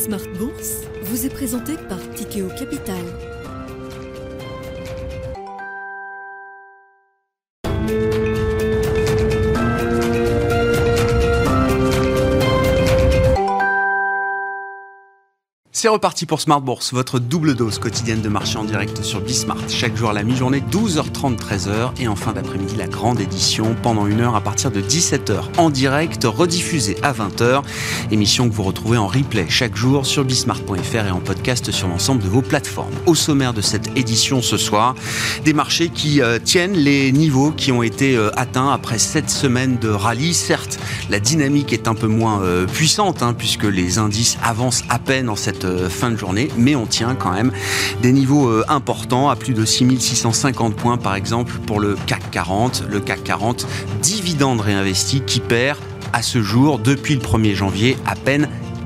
Smart Bourse vous est présenté par Tikeo Capital. C'est reparti pour Smart Bourse, votre double dose quotidienne de marché en direct sur Bismart. Chaque jour à la mi-journée, 12h30, 13h. Et en fin d'après-midi, la grande édition pendant 1 heure à partir de 17h en direct, rediffusée à 20h. Émission que vous retrouvez en replay chaque jour sur bismart.fr et en podcast sur l'ensemble de vos plateformes. Au sommaire de cette édition ce soir, des marchés qui tiennent les niveaux qui ont été atteints après 7 semaines de rallye. Certes, la dynamique est un peu moins puissante puisque les indices avancent à peine en cette fin de journée, mais on tient quand même des niveaux importants à plus de 6650 points par exemple pour le CAC 40. Le CAC 40, dividende réinvesti qui perd à ce jour, depuis le 1er janvier, à peine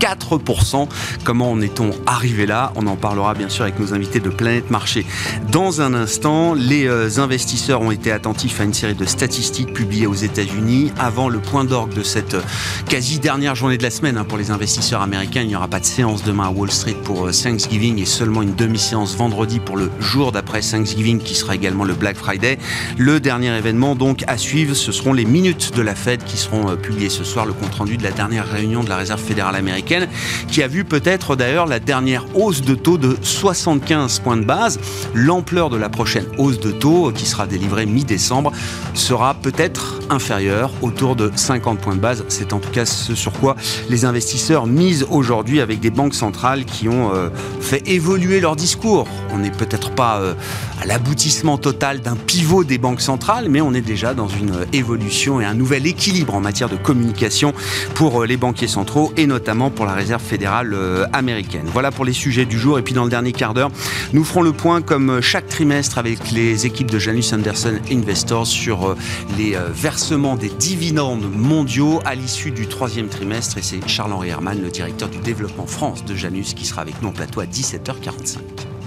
4%. Comment en est-on arrivé là ? On en parlera bien sûr avec nos invités de Planète Marché dans un instant. Les investisseurs ont été attentifs à une série de statistiques publiées aux États-Unis avant le point d'orgue de cette quasi dernière journée de la semaine. Pour les investisseurs américains, il n'y aura pas de séance demain à Wall Street pour Thanksgiving et seulement une demi-séance vendredi pour le jour d'après Thanksgiving qui sera également le Black Friday. Le dernier événement donc à suivre, ce seront les minutes de la Fed qui seront publiées ce soir, le compte-rendu de la dernière réunion de la Réserve fédérale américaine qui a vu peut-être d'ailleurs la dernière hausse de taux de 75 points de base. L'ampleur de la prochaine hausse de taux qui sera délivrée mi-décembre sera peut-être inférieure, autour de 50 points de base. C'est en tout cas ce sur quoi les investisseurs misent aujourd'hui avec des banques centrales qui ont fait évoluer leur discours. On n'est peut-être pas à l'aboutissement total d'un pivot des banques centrales, mais on est déjà dans une évolution et un nouvel équilibre en matière de communication pour les banquiers centraux et notamment pour la Réserve fédérale américaine. Voilà pour les sujets du jour. Et puis dans le dernier quart d'heure, nous ferons le point comme chaque trimestre avec les équipes de Janus Henderson Investors sur les versements des dividendes mondiaux à l'issue du 3e trimestre. Et c'est Charles-Henri Herman, le directeur du développement France de Janus, qui sera avec nous en plateau à 17h45.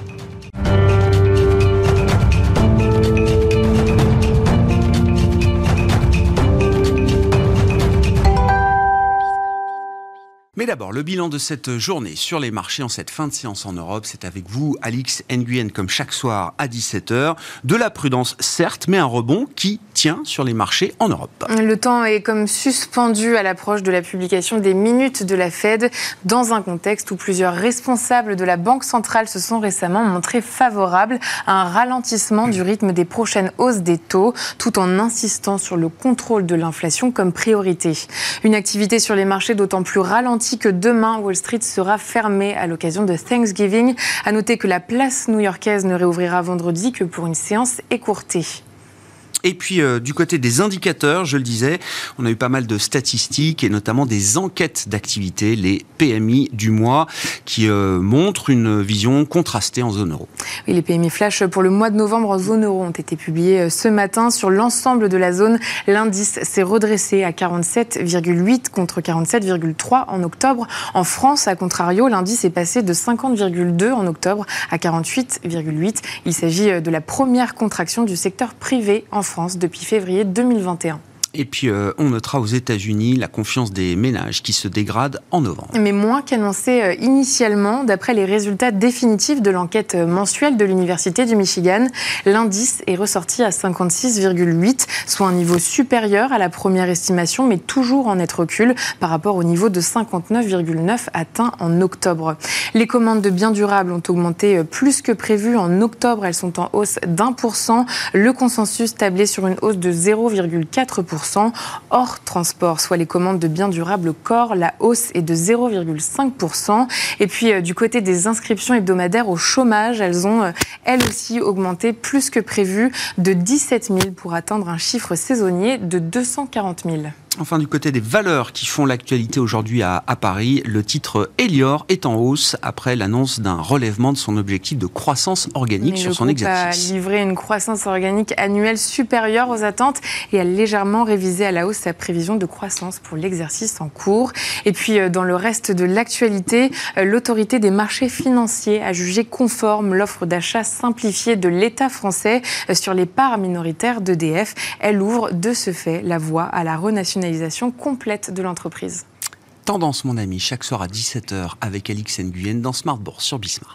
Mais d'abord, le bilan de cette journée sur les marchés en cette fin de séance en Europe, c'est avec vous, Alix Nguyen, comme chaque soir à 17h. De la prudence, certes, mais un rebond qui tient sur les marchés en Europe. Le temps est comme suspendu à l'approche de la publication des minutes de la Fed, dans un contexte où plusieurs responsables de la Banque centrale se sont récemment montrés favorables à un ralentissement du rythme des prochaines hausses des taux, tout en insistant sur le contrôle de l'inflation comme priorité. Une activité sur les marchés d'autant plus ralentie que demain, Wall Street sera fermée à l'occasion de Thanksgiving. À noter que la place new-yorkaise ne réouvrira vendredi que pour une séance écourtée. Et puis, du côté des indicateurs, je le disais, on a eu pas mal de statistiques et notamment des enquêtes d'activité, les PMI du mois, qui montrent une vision contrastée en zone euro. Oui, les PMI flash pour le mois de novembre en zone euro ont été publiés ce matin. Sur l'ensemble de la zone, l'indice s'est redressé à 47,8 contre 47,3 en octobre. En France, à contrario, l'indice est passé de 50,2 en octobre à 48,8. Il s'agit de la première contraction du secteur privé en France depuis février 2021. Et puis, on notera aux États-Unis la confiance des ménages qui se dégrade en novembre. Mais moins qu'annoncé initialement, d'après les résultats définitifs de l'enquête mensuelle de l'Université du Michigan, l'indice est ressorti à 56,8, soit un niveau supérieur à la première estimation, mais toujours en net recul par rapport au niveau de 59,9 atteint en octobre. Les commandes de biens durables ont augmenté plus que prévu. En octobre, elles sont en hausse d'1%. Le consensus tablait sur une hausse de 0,4%. Hors transport, soit les commandes de biens durables corps, la hausse est de 0,5%. Et puis, du côté des inscriptions hebdomadaires au chômage, elles ont, elles aussi, augmenté plus que prévu de 17 000 pour atteindre un chiffre saisonnier de 240 000. Enfin, du côté des valeurs qui font l'actualité aujourd'hui à Paris, le titre Elior est en hausse après l'annonce d'un relèvement de son objectif de croissance organique sur son exercice. Le groupe a livré une croissance organique annuelle supérieure aux attentes et a légèrement révisé à la hausse sa prévision de croissance pour l'exercice en cours. Et puis, dans le reste de l'actualité, l'autorité des marchés financiers a jugé conforme l'offre d'achat simplifiée de l'État français sur les parts minoritaires d'EDF. Elle ouvre de ce fait la voie à la renationalisation complète de l'entreprise. Tendance, mon ami, chaque soir à 17h avec Alix Nguyen dans Smart Bourse sur Bismart.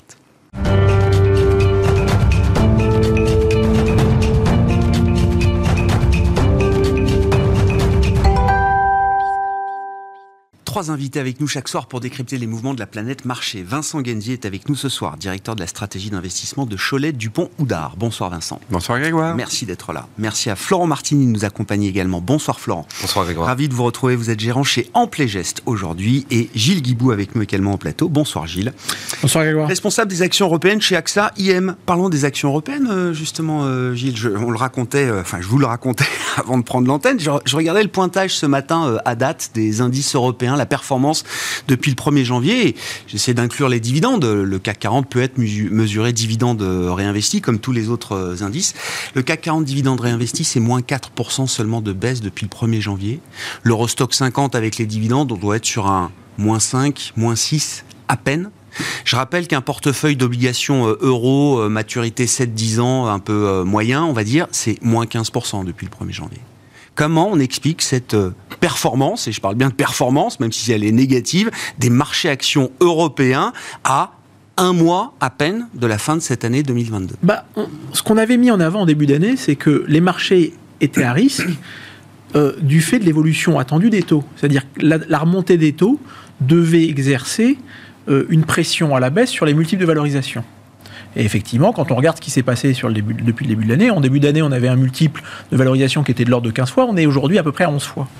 Trois invités avec nous chaque soir pour décrypter les mouvements de la planète marché. Vincent Genzi est avec nous ce soir, directeur de la stratégie d'investissement de Cholet Dupont Oudard. Bonsoir Vincent. Bonsoir Grégoire. Merci d'être là. Merci à Florent Martini de nous accompagner également. Bonsoir Florent. Bonsoir Grégoire. Ravi de vous retrouver, vous êtes gérant chez Amplégest aujourd'hui et Gilles Guibou avec nous également au plateau. Bonsoir Gilles. Bonsoir Grégoire. Responsable des actions européennes chez AXA IM. Parlons des actions européennes justement Gilles. Je vous le racontais avant de prendre l'antenne. Je regardais le pointage ce matin à date des indices européens, la performance depuis le 1er janvier. Et j'essaie d'inclure les dividendes. Le CAC 40 peut être mesuré dividendes réinvestis comme tous les autres indices. Le CAC 40 dividendes réinvestis, c'est moins 4% seulement de baisse depuis le 1er janvier. L'Eurostock 50 avec les dividendes, on doit être sur un moins 5, moins 6 à peine. Je rappelle qu'un portefeuille d'obligations euro, maturité 7-10 ans, un peu moyen, on va dire, c'est moins 15% depuis le 1er janvier. Comment on explique cette performance, et je parle bien de performance, même si elle est négative, des marchés actions européens à un mois à peine de la fin de cette année 2022 ? Ce qu'on avait mis en avant en début d'année, c'est que les marchés étaient à risque du fait de l'évolution attendue des taux. C'est-à-dire que la remontée des taux devait exercer une pression à la baisse sur les multiples de valorisation. Et effectivement, quand on regarde ce qui s'est passé depuis le début de l'année, en début d'année, on avait un multiple de valorisation qui était de l'ordre de 15 fois, on est aujourd'hui à peu près à 11 fois.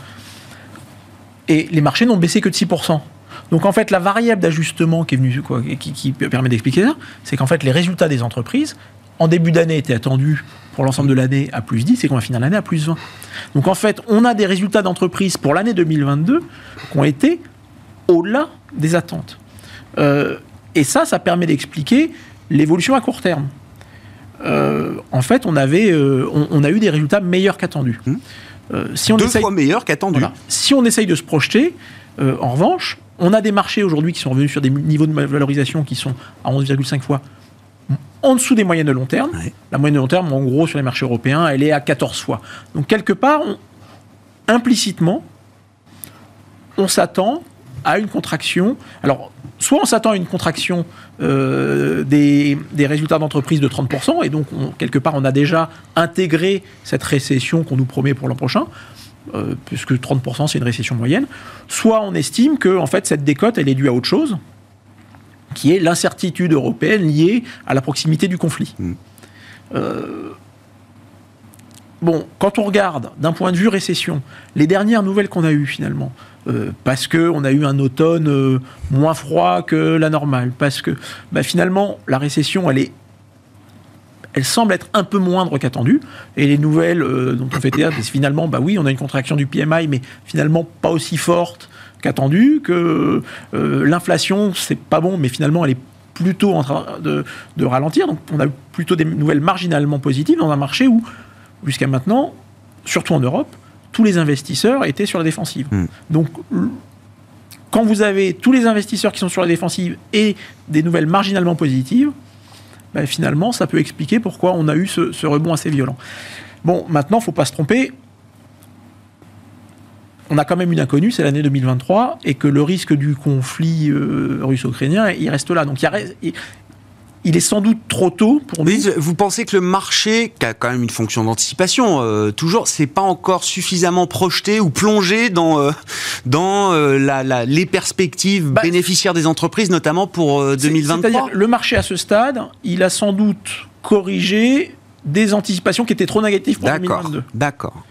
Et les marchés n'ont baissé que de 6%. Donc en fait, la variable d'ajustement qui est venue, qui permet d'expliquer ça, c'est qu'en fait, les résultats des entreprises, en début d'année, étaient attendus pour l'ensemble de l'année à plus 10, et qu'on va finir l'année à plus 20. Donc en fait, on a des résultats d'entreprises pour l'année 2022 qui ont été au-delà des attentes. Et ça permet d'expliquer l'évolution à court terme. En fait, on a eu des résultats meilleurs qu'attendus. Deux fois meilleurs qu'attendus. Voilà. Si on essaye de se projeter, en revanche, on a des marchés aujourd'hui qui sont revenus sur des niveaux de valorisation qui sont à 11,5 fois en dessous des moyennes de long terme. Ouais. La moyenne de long terme, en gros, sur les marchés européens, elle est à 14 fois. Donc, quelque part, implicitement, on s'attend à une contraction. Alors, soit on s'attend à une contraction des résultats d'entreprise de 30%, et donc, quelque part, on a déjà intégré cette récession qu'on nous promet pour l'an prochain, puisque 30%, c'est une récession moyenne. Soit on estime que, en fait, cette décote, elle est due à autre chose, qui est l'incertitude européenne liée à la proximité du conflit. Quand on regarde d'un point de vue récession, les dernières nouvelles qu'on a eues finalement, parce qu'on a eu un automne moins froid que la normale, parce que finalement la récession elle semble être un peu moindre qu'attendue, et les nouvelles dont on fait théâtre, finalement, oui, on a une contraction du PMI, mais finalement pas aussi forte qu'attendu, que l'inflation, c'est pas bon, mais finalement, elle est plutôt en train de ralentir. Donc, on a plutôt des nouvelles marginalement positives dans un marché où, jusqu'à maintenant, surtout en Europe, tous les investisseurs étaient sur la défensive. Donc, quand vous avez tous les investisseurs qui sont sur la défensive et des nouvelles marginalement positives, finalement, ça peut expliquer pourquoi on a eu ce rebond assez violent. Bon, maintenant, il ne faut pas se tromper. On a quand même une inconnue, c'est l'année 2023, et que le risque du conflit russo-ukrainien, il reste là. Donc il est sans doute trop tôt pour nous. Mais vous pensez que le marché, qui a quand même une fonction d'anticipation, toujours, c'est pas encore suffisamment projeté ou plongé dans les perspectives bénéficiaires des entreprises, notamment pour 2023 ? C'est-à-dire, le marché à ce stade, il a sans doute corrigé des anticipations qui étaient trop négatives pour 2022. D'accord.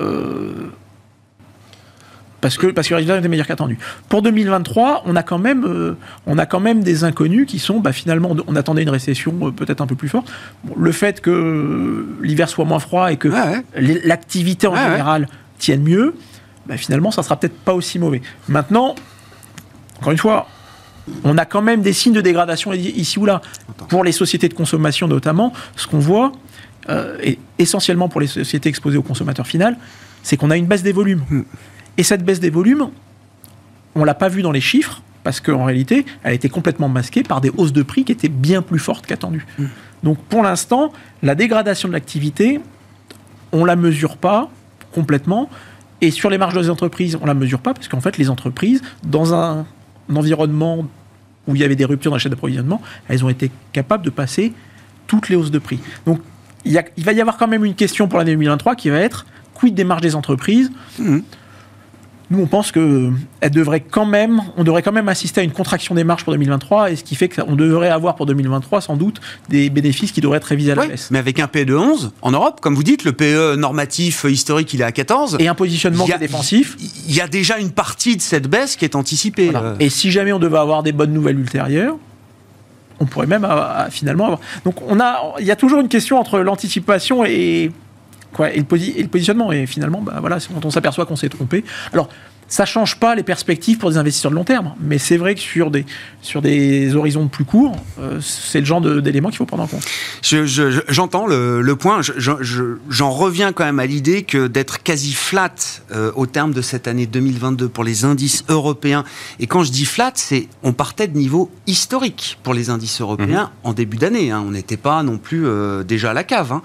Parce que le résultat était meilleur qu'attendu. Pour 2023, on a quand même des inconnus qui sont, finalement, on attendait une récession peut-être un peu plus forte. Le fait que l'hiver soit moins froid et que l'activité en général tienne mieux, finalement, ça sera peut-être pas aussi mauvais. Maintenant, encore une fois, on a quand même des signes de dégradation ici ou là. Pour les sociétés de consommation notamment, ce qu'on voit, et essentiellement pour les sociétés exposées au consommateur final, c'est qu'on a une baisse des volumes. Et cette baisse des volumes, on ne l'a pas vue dans les chiffres, parce qu'en réalité, elle a été complètement masquée par des hausses de prix qui étaient bien plus fortes qu'attendues. Donc pour l'instant, la dégradation de l'activité, on ne la mesure pas complètement, Et sur les marges des entreprises, on ne la mesure pas, parce qu'en fait, les entreprises, dans un environnement où il y avait des ruptures dans la chaîne d'approvisionnement, elles ont été capables de passer toutes les hausses de prix. Donc, il va y avoir quand même une question pour l'année 2023 qui va être quid des marges des entreprises. Nous, on pense qu'on devrait quand même assister à une contraction des marges pour 2023, et ce qui fait qu'on devrait avoir pour 2023 sans doute des bénéfices qui devraient être révisés à la baisse. Mais avec un PE de 11 en Europe, comme vous dites, le PE normatif historique il est à 14. Et un positionnement défensif. Il y a déjà une partie de cette baisse qui est anticipée. Voilà. Et si jamais on devait avoir des bonnes nouvelles ultérieures, on pourrait même finalement avoir. Donc il y a toujours une question entre l'anticipation et le positionnement. Et finalement, quand on s'aperçoit qu'on s'est trompé. Alors, ça ne change pas les perspectives pour des investisseurs de long terme. Mais c'est vrai que sur des horizons plus courts, c'est le genre d'éléments qu'il faut prendre en compte. J'entends le point. J'en reviens quand même à l'idée que d'être quasi flat au terme de cette année 2022 pour les indices européens. Et quand je dis flat, on partait de niveau historique pour les indices européens en début d'année. On n'était pas non plus déjà à la cave.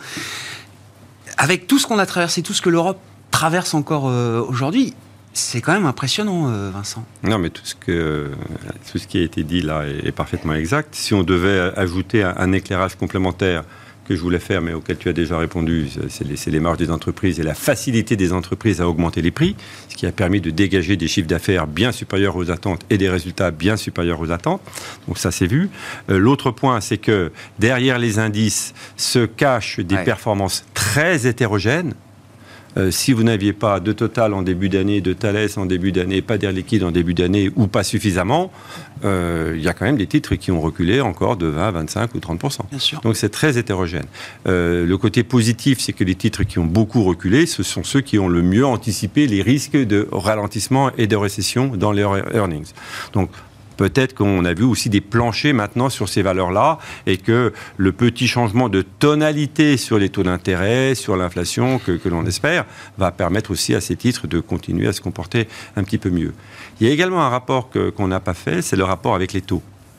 Avec tout ce qu'on a traversé, tout ce que l'Europe traverse encore aujourd'hui, c'est quand même impressionnant, Vincent. Non, mais tout ce qui a été dit là est parfaitement exact. Si on devait ajouter un éclairage complémentaire que je voulais faire, mais auquel tu as déjà répondu, c'est les marges des entreprises et la facilité des entreprises à augmenter les prix, ce qui a permis de dégager des chiffres d'affaires bien supérieurs aux attentes et des résultats bien supérieurs aux attentes. Donc ça, c'est vu. L'autre point, c'est que derrière les indices se cachent des performances très hétérogènes. Si vous n'aviez pas de Total en début d'année, de Thales en début d'année, pas d'Air Liquide en début d'année, ou pas suffisamment, il y a quand même des titres qui ont reculé encore de 20, 25 ou 30%. Bien sûr. Donc c'est très hétérogène. Le côté positif, c'est que les titres qui ont beaucoup reculé, ce sont ceux qui ont le mieux anticipé les risques de ralentissement et de récession dans leurs earnings. Donc, peut-être qu'on a vu aussi des planchers maintenant sur ces valeurs-là et que le petit changement de tonalité sur les taux d'intérêt, sur l'inflation que l'on espère, va permettre aussi à ces titres de continuer à se comporter un petit peu mieux. Il y a également un rapport qu'on n'a pas fait, c'est le rapport avec les taux.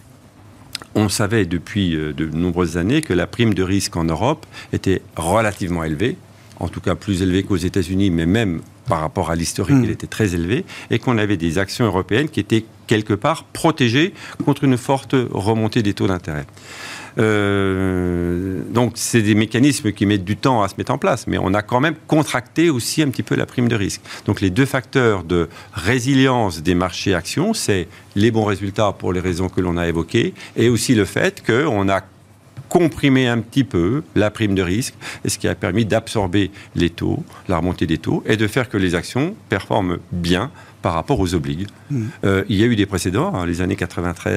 On savait depuis de nombreuses années que la prime de risque en Europe était relativement élevée, en tout cas plus élevée qu'aux États-Unis, mais même par rapport à l'historique, elle était très élevée, et qu'on avait des actions européennes qui étaient quelque part protégées contre une forte remontée des taux d'intérêt. Donc, c'est des mécanismes qui mettent du temps à se mettre en place, mais on a quand même contracté aussi un petit peu la prime de risque. Donc, les deux facteurs de résilience des marchés actions, c'est les bons résultats pour les raisons que l'on a évoquées, et aussi le fait qu'on a comprimer un petit peu la prime de risque, et ce qui a permis d'absorber les taux, la remontée des taux, et de faire que les actions performent bien par rapport aux obligues. Il y a eu des précédents, les années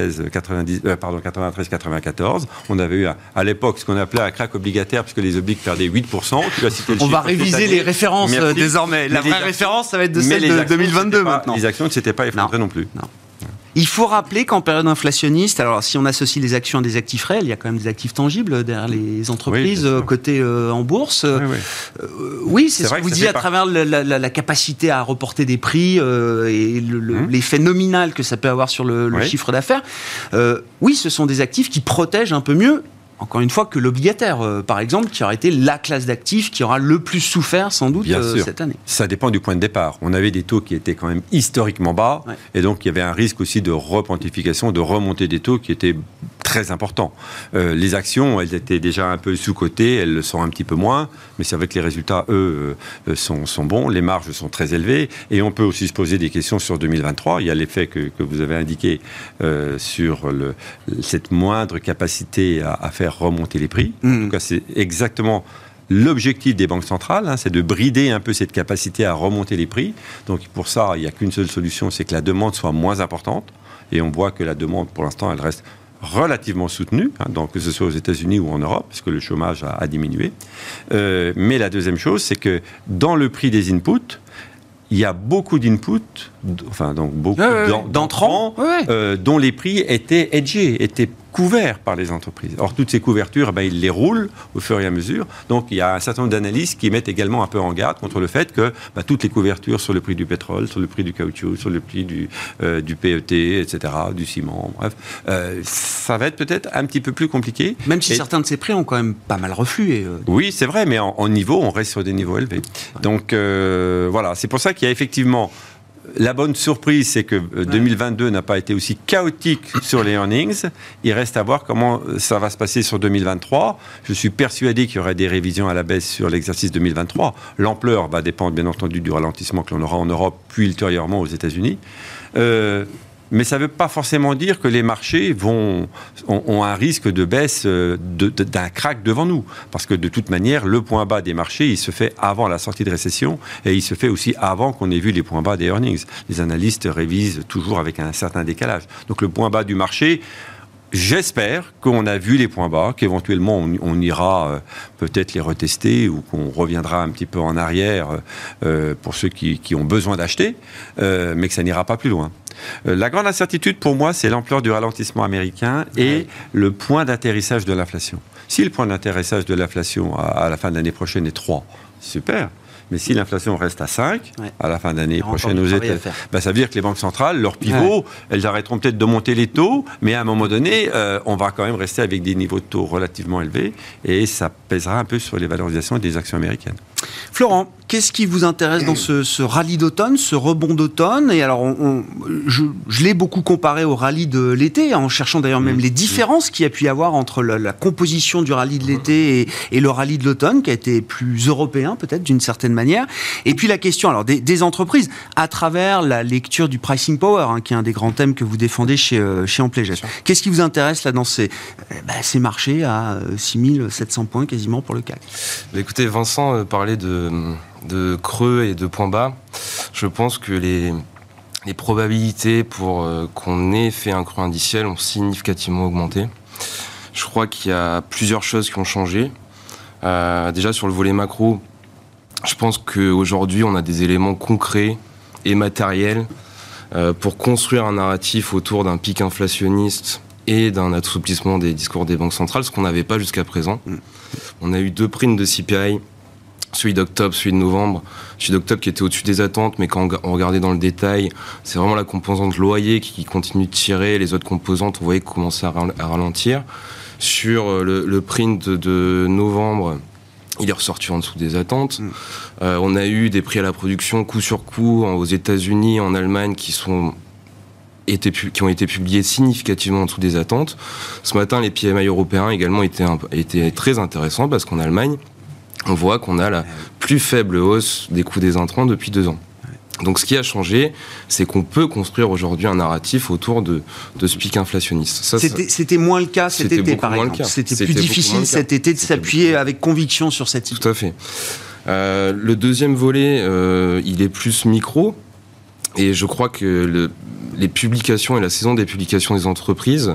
93-94. On avait eu à l'époque ce qu'on appelait un crack obligataire, puisque les obligues perdaient 8%. On va réviser les références désormais. La vraie référence, ça va être de celle de 2022 maintenant. Les actions ne s'étaient pas effondrées non plus. Non. Il faut rappeler qu'en période inflationniste, alors si on associe les actions à des actifs réels, il y a quand même des actifs tangibles derrière les entreprises cotées en bourse. Oui, c'est ce que vous dites à travers la capacité à reporter des prix et l'effet nominal que ça peut avoir sur le chiffre d'affaires. Oui, ce sont des actifs qui protègent un peu mieux, encore une fois, que l'obligataire, par exemple, qui aura été la classe d'actifs qui aura le plus souffert, sans doute, cette année. Ça dépend du point de départ. On avait des taux qui étaient quand même historiquement bas, et donc il y avait un risque aussi de repontification, de remontée des taux qui était très important. Les actions, elles étaient déjà un peu sous-cotées, elles le sont un petit peu moins, mais c'est vrai que les résultats, eux, sont bons, les marges sont très élevées, et on peut aussi se poser des questions sur 2023. Il y a l'effet que vous avez indiqué sur cette moindre capacité à faire remonter les prix. En tout cas, c'est exactement l'objectif des banques centrales, c'est de brider un peu cette capacité à remonter les prix. Donc pour ça, il n'y a qu'une seule solution, c'est que la demande soit moins importante. Et on voit que la demande, pour l'instant, elle reste relativement soutenue, donc que ce soit aux États-Unis ou en Europe, parce que le chômage a diminué. Mais la deuxième chose, c'est que dans le prix des inputs, il y a beaucoup d'inputs, enfin donc beaucoup d'entrants, dont les prix étaient hedgés, étaient couverts par les entreprises. Or, toutes ces couvertures, ils les roulent au fur et à mesure. Donc, il y a un certain nombre d'analystes qui mettent également un peu en garde contre le fait que toutes les couvertures sur le prix du pétrole, sur le prix du caoutchouc, sur le prix du PET, etc., du ciment, bref, ça va être peut-être un petit peu plus compliqué. Même si certains de ces prix ont quand même pas mal reflué. Oui, c'est vrai, mais en niveau, on reste sur des niveaux élevés. Ouais. Donc, voilà, c'est pour ça qu'il y a effectivement... La bonne surprise, c'est que 2022 n'a pas été aussi chaotique sur les earnings. Il reste à voir comment ça va se passer sur 2023. Je suis persuadé qu'il y aura des révisions à la baisse sur l'exercice 2023. L'ampleur va dépendre, bien entendu, du ralentissement que l'on aura en Europe, puis ultérieurement aux États-Unis. Mais ça ne veut pas forcément dire que les marchés ont un risque de baisse d'un crack devant nous. Parce que de toute manière, le point bas des marchés, il se fait avant la sortie de récession et il se fait aussi avant qu'on ait vu les points bas des earnings. Les analystes révisent toujours avec un certain décalage. Donc le point bas du marché... J'espère qu'on a vu les points bas, qu'éventuellement on ira peut-être les retester ou qu'on reviendra un petit peu en arrière pour ceux qui ont besoin d'acheter, mais que ça n'ira pas plus loin. La grande incertitude pour moi, c'est l'ampleur du ralentissement américain et le point d'atterrissage de l'inflation. Si le point d'atterrissage de l'inflation à la fin de l'année prochaine est 3, super. Mais si l'inflation reste à 5, à la fin d'année prochaine aux États-Unis, ça veut dire que les banques centrales, leur pivot, elles arrêteront peut-être de monter les taux, mais à un moment donné, on va quand même rester avec des niveaux de taux relativement élevés, et ça pèsera un peu sur les valorisations des actions américaines. Florent, qu'est-ce qui vous intéresse dans ce rallye d'automne, ce rebond d'automne ? Et alors, je l'ai beaucoup comparé au rallye de l'été, en cherchant d'ailleurs même les différences qu'il y a pu y avoir entre la composition du rallye de l'été et le rallye de l'automne, qui a été plus européen peut-être d'une certaine manière. Et puis la question alors des entreprises, à travers la lecture du pricing power, qui est un des grands thèmes que vous défendez chez Ampléget. Qu'est-ce qui vous intéresse là dans ces marchés à 6700 points quasiment pour le CAC ? Écoutez, Vincent parlait de creux et de points bas. Je pense que les probabilités pour qu'on ait fait un creux indiciel ont significativement augmenté. Je crois qu'il y a plusieurs choses qui ont changé. Déjà sur le volet macro, je pense qu'aujourd'hui on a des éléments concrets et matériels pour construire un narratif autour d'un pic inflationniste et d'un assouplissement des discours des banques centrales, ce qu'on n'avait pas jusqu'à présent. On a eu 2 prints de CPI, celui d'octobre, celui de novembre. Celui d'octobre qui était au-dessus des attentes, mais quand on regardait dans le détail, c'est vraiment la composante loyer qui continue de tirer. Les autres composantes, on voyait commencer à ralentir. Sur le print de novembre, il est ressorti en dessous des attentes. On a eu des prix à la production coup sur coup aux États-Unis, en Allemagne, qui ont été publiés significativement en dessous des attentes. Ce matin, les PMI européens également étaient très intéressants parce qu'en Allemagne, on voit qu'on a la plus faible hausse des coûts des intrants depuis 2 ans. Donc ce qui a changé, c'est qu'on peut construire aujourd'hui un narratif autour de ce pic inflationniste. C'était moins le cas cet été, par exemple. C'était plus difficile cet été de s'appuyer avec conviction sur cette idée. Tout à fait. Le deuxième volet, il est plus micro. Et je crois que les publications et la saison des publications des entreprises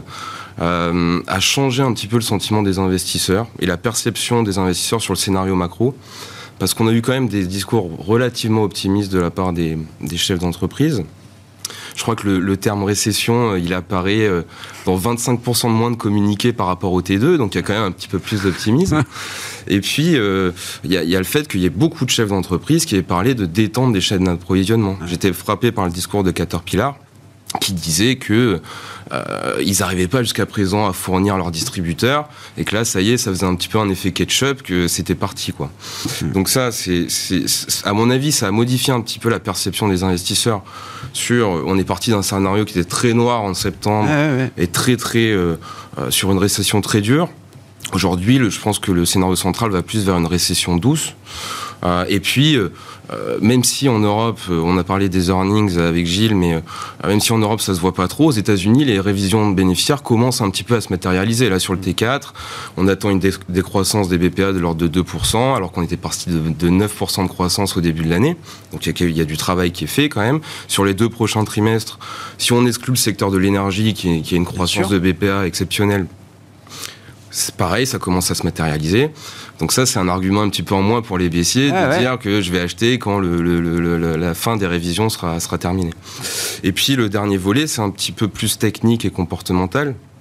a changé un petit peu le sentiment des investisseurs et la perception des investisseurs sur le scénario macro. Parce qu'on a eu quand même des discours relativement optimistes de la part des chefs d'entreprise. Je crois que le terme récession, il apparaît dans 25% de moins de communiqués par rapport au T2, donc il y a quand même un petit peu plus d'optimisme. Et puis, il y a le fait qu'il y ait beaucoup de chefs d'entreprise qui aient parlé de détente des chaînes d'approvisionnement. J'étais frappé par le discours de Caterpillar, qui disait que ils n'arrivaient pas jusqu'à présent à fournir leurs distributeurs et que là, ça y est, ça faisait un petit peu un effet ketchup, que c'était parti, quoi. Donc ça, à mon avis, ça a modifié un petit peu la perception des investisseurs on est parti d'un scénario qui était très noir en septembre et très sur une récession très dure. Aujourd'hui, je pense que le scénario central va plus vers une récession douce. Et puis, même si en Europe, on a parlé des earnings avec Gilles, mais même si en Europe ça se voit pas trop, aux États-Unis, les révisions de bénéficiaires commencent un petit peu à se matérialiser. Là, sur le T4, on attend une décroissance des BPA de l'ordre de 2%, alors qu'on était parti de 9% de croissance au début de l'année. Donc il y a du travail qui est fait quand même. Sur les 2 prochains trimestres, si on exclut le secteur de l'énergie, qui est une croissance de BPA exceptionnelle, c'est pareil, ça commence à se matérialiser. Donc ça, c'est un argument un petit peu en moins pour les baissiers de dire que je vais acheter quand la fin des révisions sera terminée. Et puis le dernier volet, c'est un petit peu plus technique et comportemental.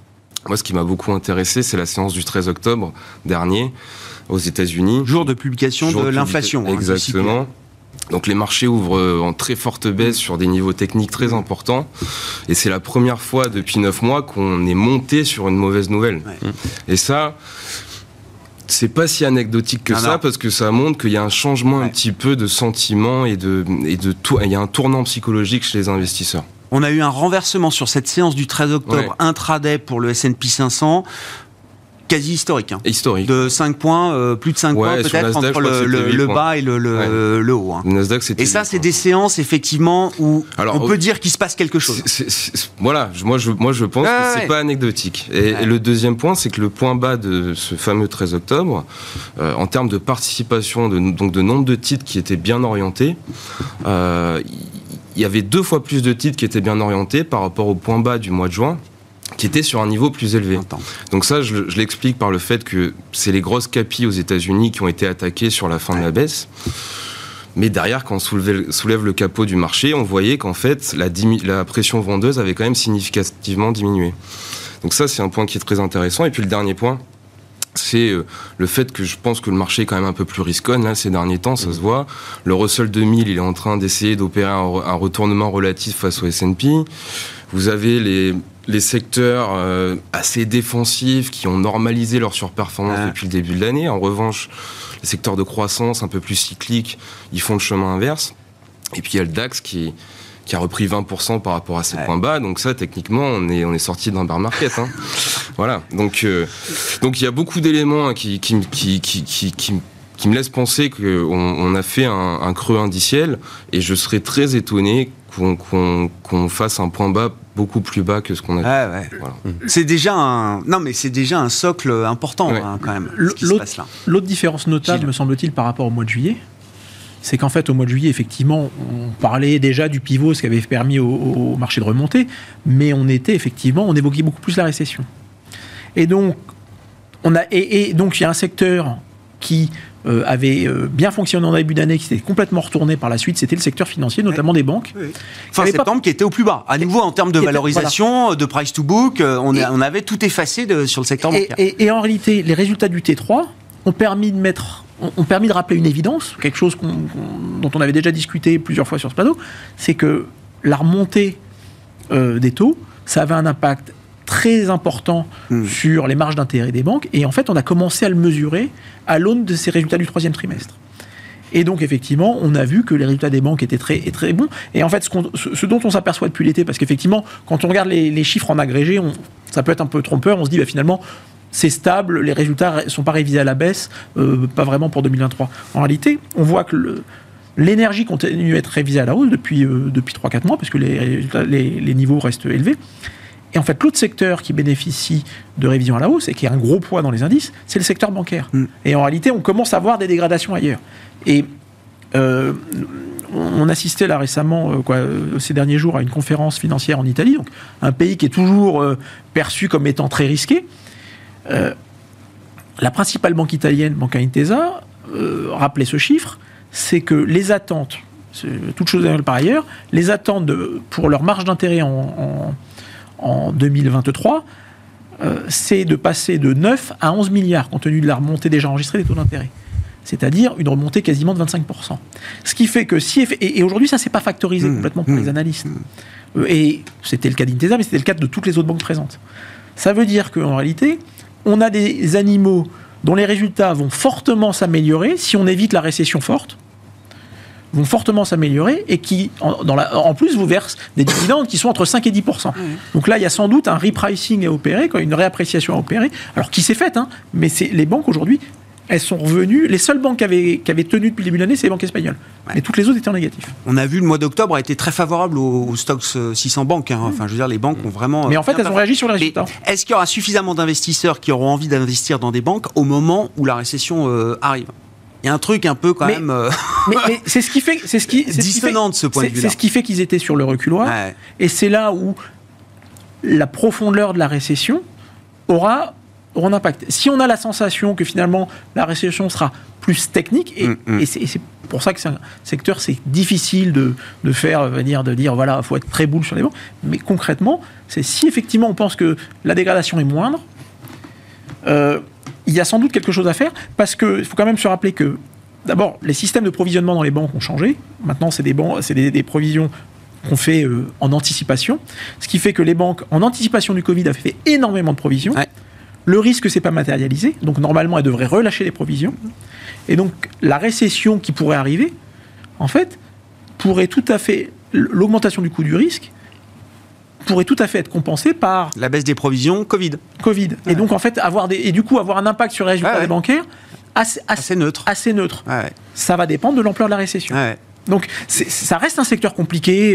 Moi, ce qui m'a beaucoup intéressé, c'est la séance du 13 octobre dernier aux États-Unis. Jour de publication de l'inflation. Exactement. Donc les marchés ouvrent en très forte baisse sur des niveaux techniques très importants. Et c'est la première fois depuis 9 mois qu'on est monté sur une mauvaise nouvelle. Ouais. Et ça, c'est pas si anecdotique que ça, parce que ça montre qu'il y a un changement un petit peu de sentiment et de tout. Il y a un tournant psychologique chez les investisseurs. On a eu un renversement sur cette séance du 13 octobre intraday pour le S&P 500. Quasi historique. Historique. De 5 points, plus de 5 points peut-être Nasdaq, entre le bas et le haut. Le Nasdaq, c'était et ça, c'est des séances effectivement où on peut dire qu'il se passe quelque chose. Voilà, moi je pense que c'est pas anecdotique. Et le deuxième point, c'est que le point bas de ce fameux 13 octobre, en termes de participation, donc de nombre de titres qui étaient bien orientés, il y avait 2 fois plus de titres qui étaient bien orientés par rapport au point bas du mois de juin, qui était sur un niveau plus élevé. Donc ça, je l'explique par le fait que c'est les grosses capis aux États-Unis qui ont été attaquées sur la fin de la baisse. Mais derrière, quand on soulève le capot du marché, on voyait qu'en fait, la pression vendeuse avait quand même significativement diminué. Donc ça, c'est un point qui est très intéressant. Et puis le dernier point, c'est le fait que je pense que le marché est quand même un peu plus risconne là, ces derniers temps, ça se voit. Le Russell 2000, il est en train d'essayer d'opérer un retournement relatif face au S&P. Vous avez les secteurs assez défensifs qui ont normalisé leur surperformance depuis le début de l'année. En revanche, les secteurs de croissance un peu plus cycliques, ils font le chemin inverse. Et puis il y a le DAX qui a repris 20% par rapport à ses points bas. Donc ça, techniquement, on est sorti d'un bear market. Hein. Voilà. Donc il y a beaucoup d'éléments qui me laissent penser qu'on a fait un creux indiciel. Et je serais très étonné qu'on fasse un point bas beaucoup plus bas que ce qu'on a fait. Voilà. C'est déjà un socle important quand même. L'autre différence notable, me semble-t-il, par rapport au mois de juillet, c'est qu'en fait, au mois de juillet, effectivement, on parlait déjà du pivot, ce qui avait permis au marché de remonter, mais on évoquait beaucoup plus la récession. Et donc, donc il y a un secteur qui avait bien fonctionné en début d'année, qui s'était complètement retourné par la suite, c'était le secteur financier, notamment des banques. Fin septembre, qui était au plus bas. À nouveau, en termes de valorisation, de price to book, on avait tout effacé sur le secteur bancaire. Et en réalité, les résultats du T3 ont permis de rappeler une évidence, quelque chose dont on avait déjà discuté plusieurs fois sur ce plateau, c'est que la remontée des taux, ça avait un impact très important sur les marges d'intérêt des banques, et en fait on a commencé à le mesurer à l'aune de ces résultats du 3e trimestre. Et donc effectivement on a vu que les résultats des banques étaient très, très bons, et en fait ce dont on s'aperçoit depuis l'été, parce qu'effectivement quand on regarde les chiffres en agrégé, ça peut être un peu trompeur, on se dit finalement c'est stable, les résultats ne sont pas révisés à la baisse, pas vraiment pour 2023. En réalité, on voit que l'énergie continue à être révisée à la hausse depuis 3-4 mois, parce que les niveaux restent élevés. Et en fait, l'autre secteur qui bénéficie de révision à la hausse et qui a un gros poids dans les indices, c'est le secteur bancaire. Et en réalité, on commence à voir des dégradations ailleurs. Et on assistait là récemment, ces derniers jours, à une conférence financière en Italie, donc un pays qui est toujours perçu comme étant très risqué. La principale banque italienne, Banca Intesa, rappelait ce chiffre, c'est que les attentes, toute chose par ailleurs, les attentes pour leur marge d'intérêt en 2023, c'est de passer de 9 à 11 milliards, compte tenu de la remontée déjà enregistrée des taux d'intérêt. C'est-à-dire une remontée quasiment de 25%. Ce qui fait que et aujourd'hui, ça ne s'est pas factorisé complètement pour les analystes. Et c'était le cas d'Intesa, mais c'était le cas de toutes les autres banques présentes. Ça veut dire qu'en réalité, on a des animaux dont les résultats vont fortement s'améliorer si on évite la récession forte, vont fortement s'améliorer et qui, en plus, vous versent des dividendes qui sont entre 5 et 10%. Donc là, il y a sans doute un repricing à opérer, une réappréciation à opérer, alors qui s'est faite, mais les banques aujourd'hui, elles sont revenues. Les seules banques qui avaient tenu depuis le début de l'année, c'est les banques espagnoles. Mais toutes les autres étaient en négatif. On a vu le mois d'octobre a été très favorable aux stocks 600 banques. Enfin, je veux dire, les banques ont vraiment... Mais en fait, elles ont réagi sur les résultats. Est-ce qu'il y aura suffisamment d'investisseurs qui auront envie d'investir dans des banques au moment où la récession arrive ? Il y a un truc un peu même... mais c'est ce qui fait... dissonant de ce point de vue-là. C'est ce qui fait qu'ils étaient sur le reculoir. Et c'est là où la profondeur de la récession aura aura un impact. Si on a la sensation que finalement la récession sera plus technique, et c'est pour ça que c'est un secteur, c'est difficile de faire, de dire voilà, il faut être très boule sur les banques, mais concrètement, c'est si effectivement on pense que la dégradation est moindre, il y a sans doute quelque chose à faire, parce qu'il faut quand même se rappeler que d'abord, les systèmes de provisionnement dans les banques ont changé. Maintenant, c'est des provisions qu'on fait en anticipation, ce qui fait que les banques, en anticipation du Covid, avaient fait énormément de provisions. Ouais. Le risque ne s'est pas matérialisé, donc normalement, elles devraient relâcher les provisions. Et donc, la récession qui pourrait arriver, en fait, pourrait tout à fait... L'augmentation du coût du risque pourrait tout à fait être compensée par... La baisse des provisions Covid. Ouais. Et donc, en fait, avoir un impact sur les résultats des bancaires assez neutre. Ouais. Ça va dépendre de l'ampleur de la récession. Ouais. Donc, ça reste un secteur compliqué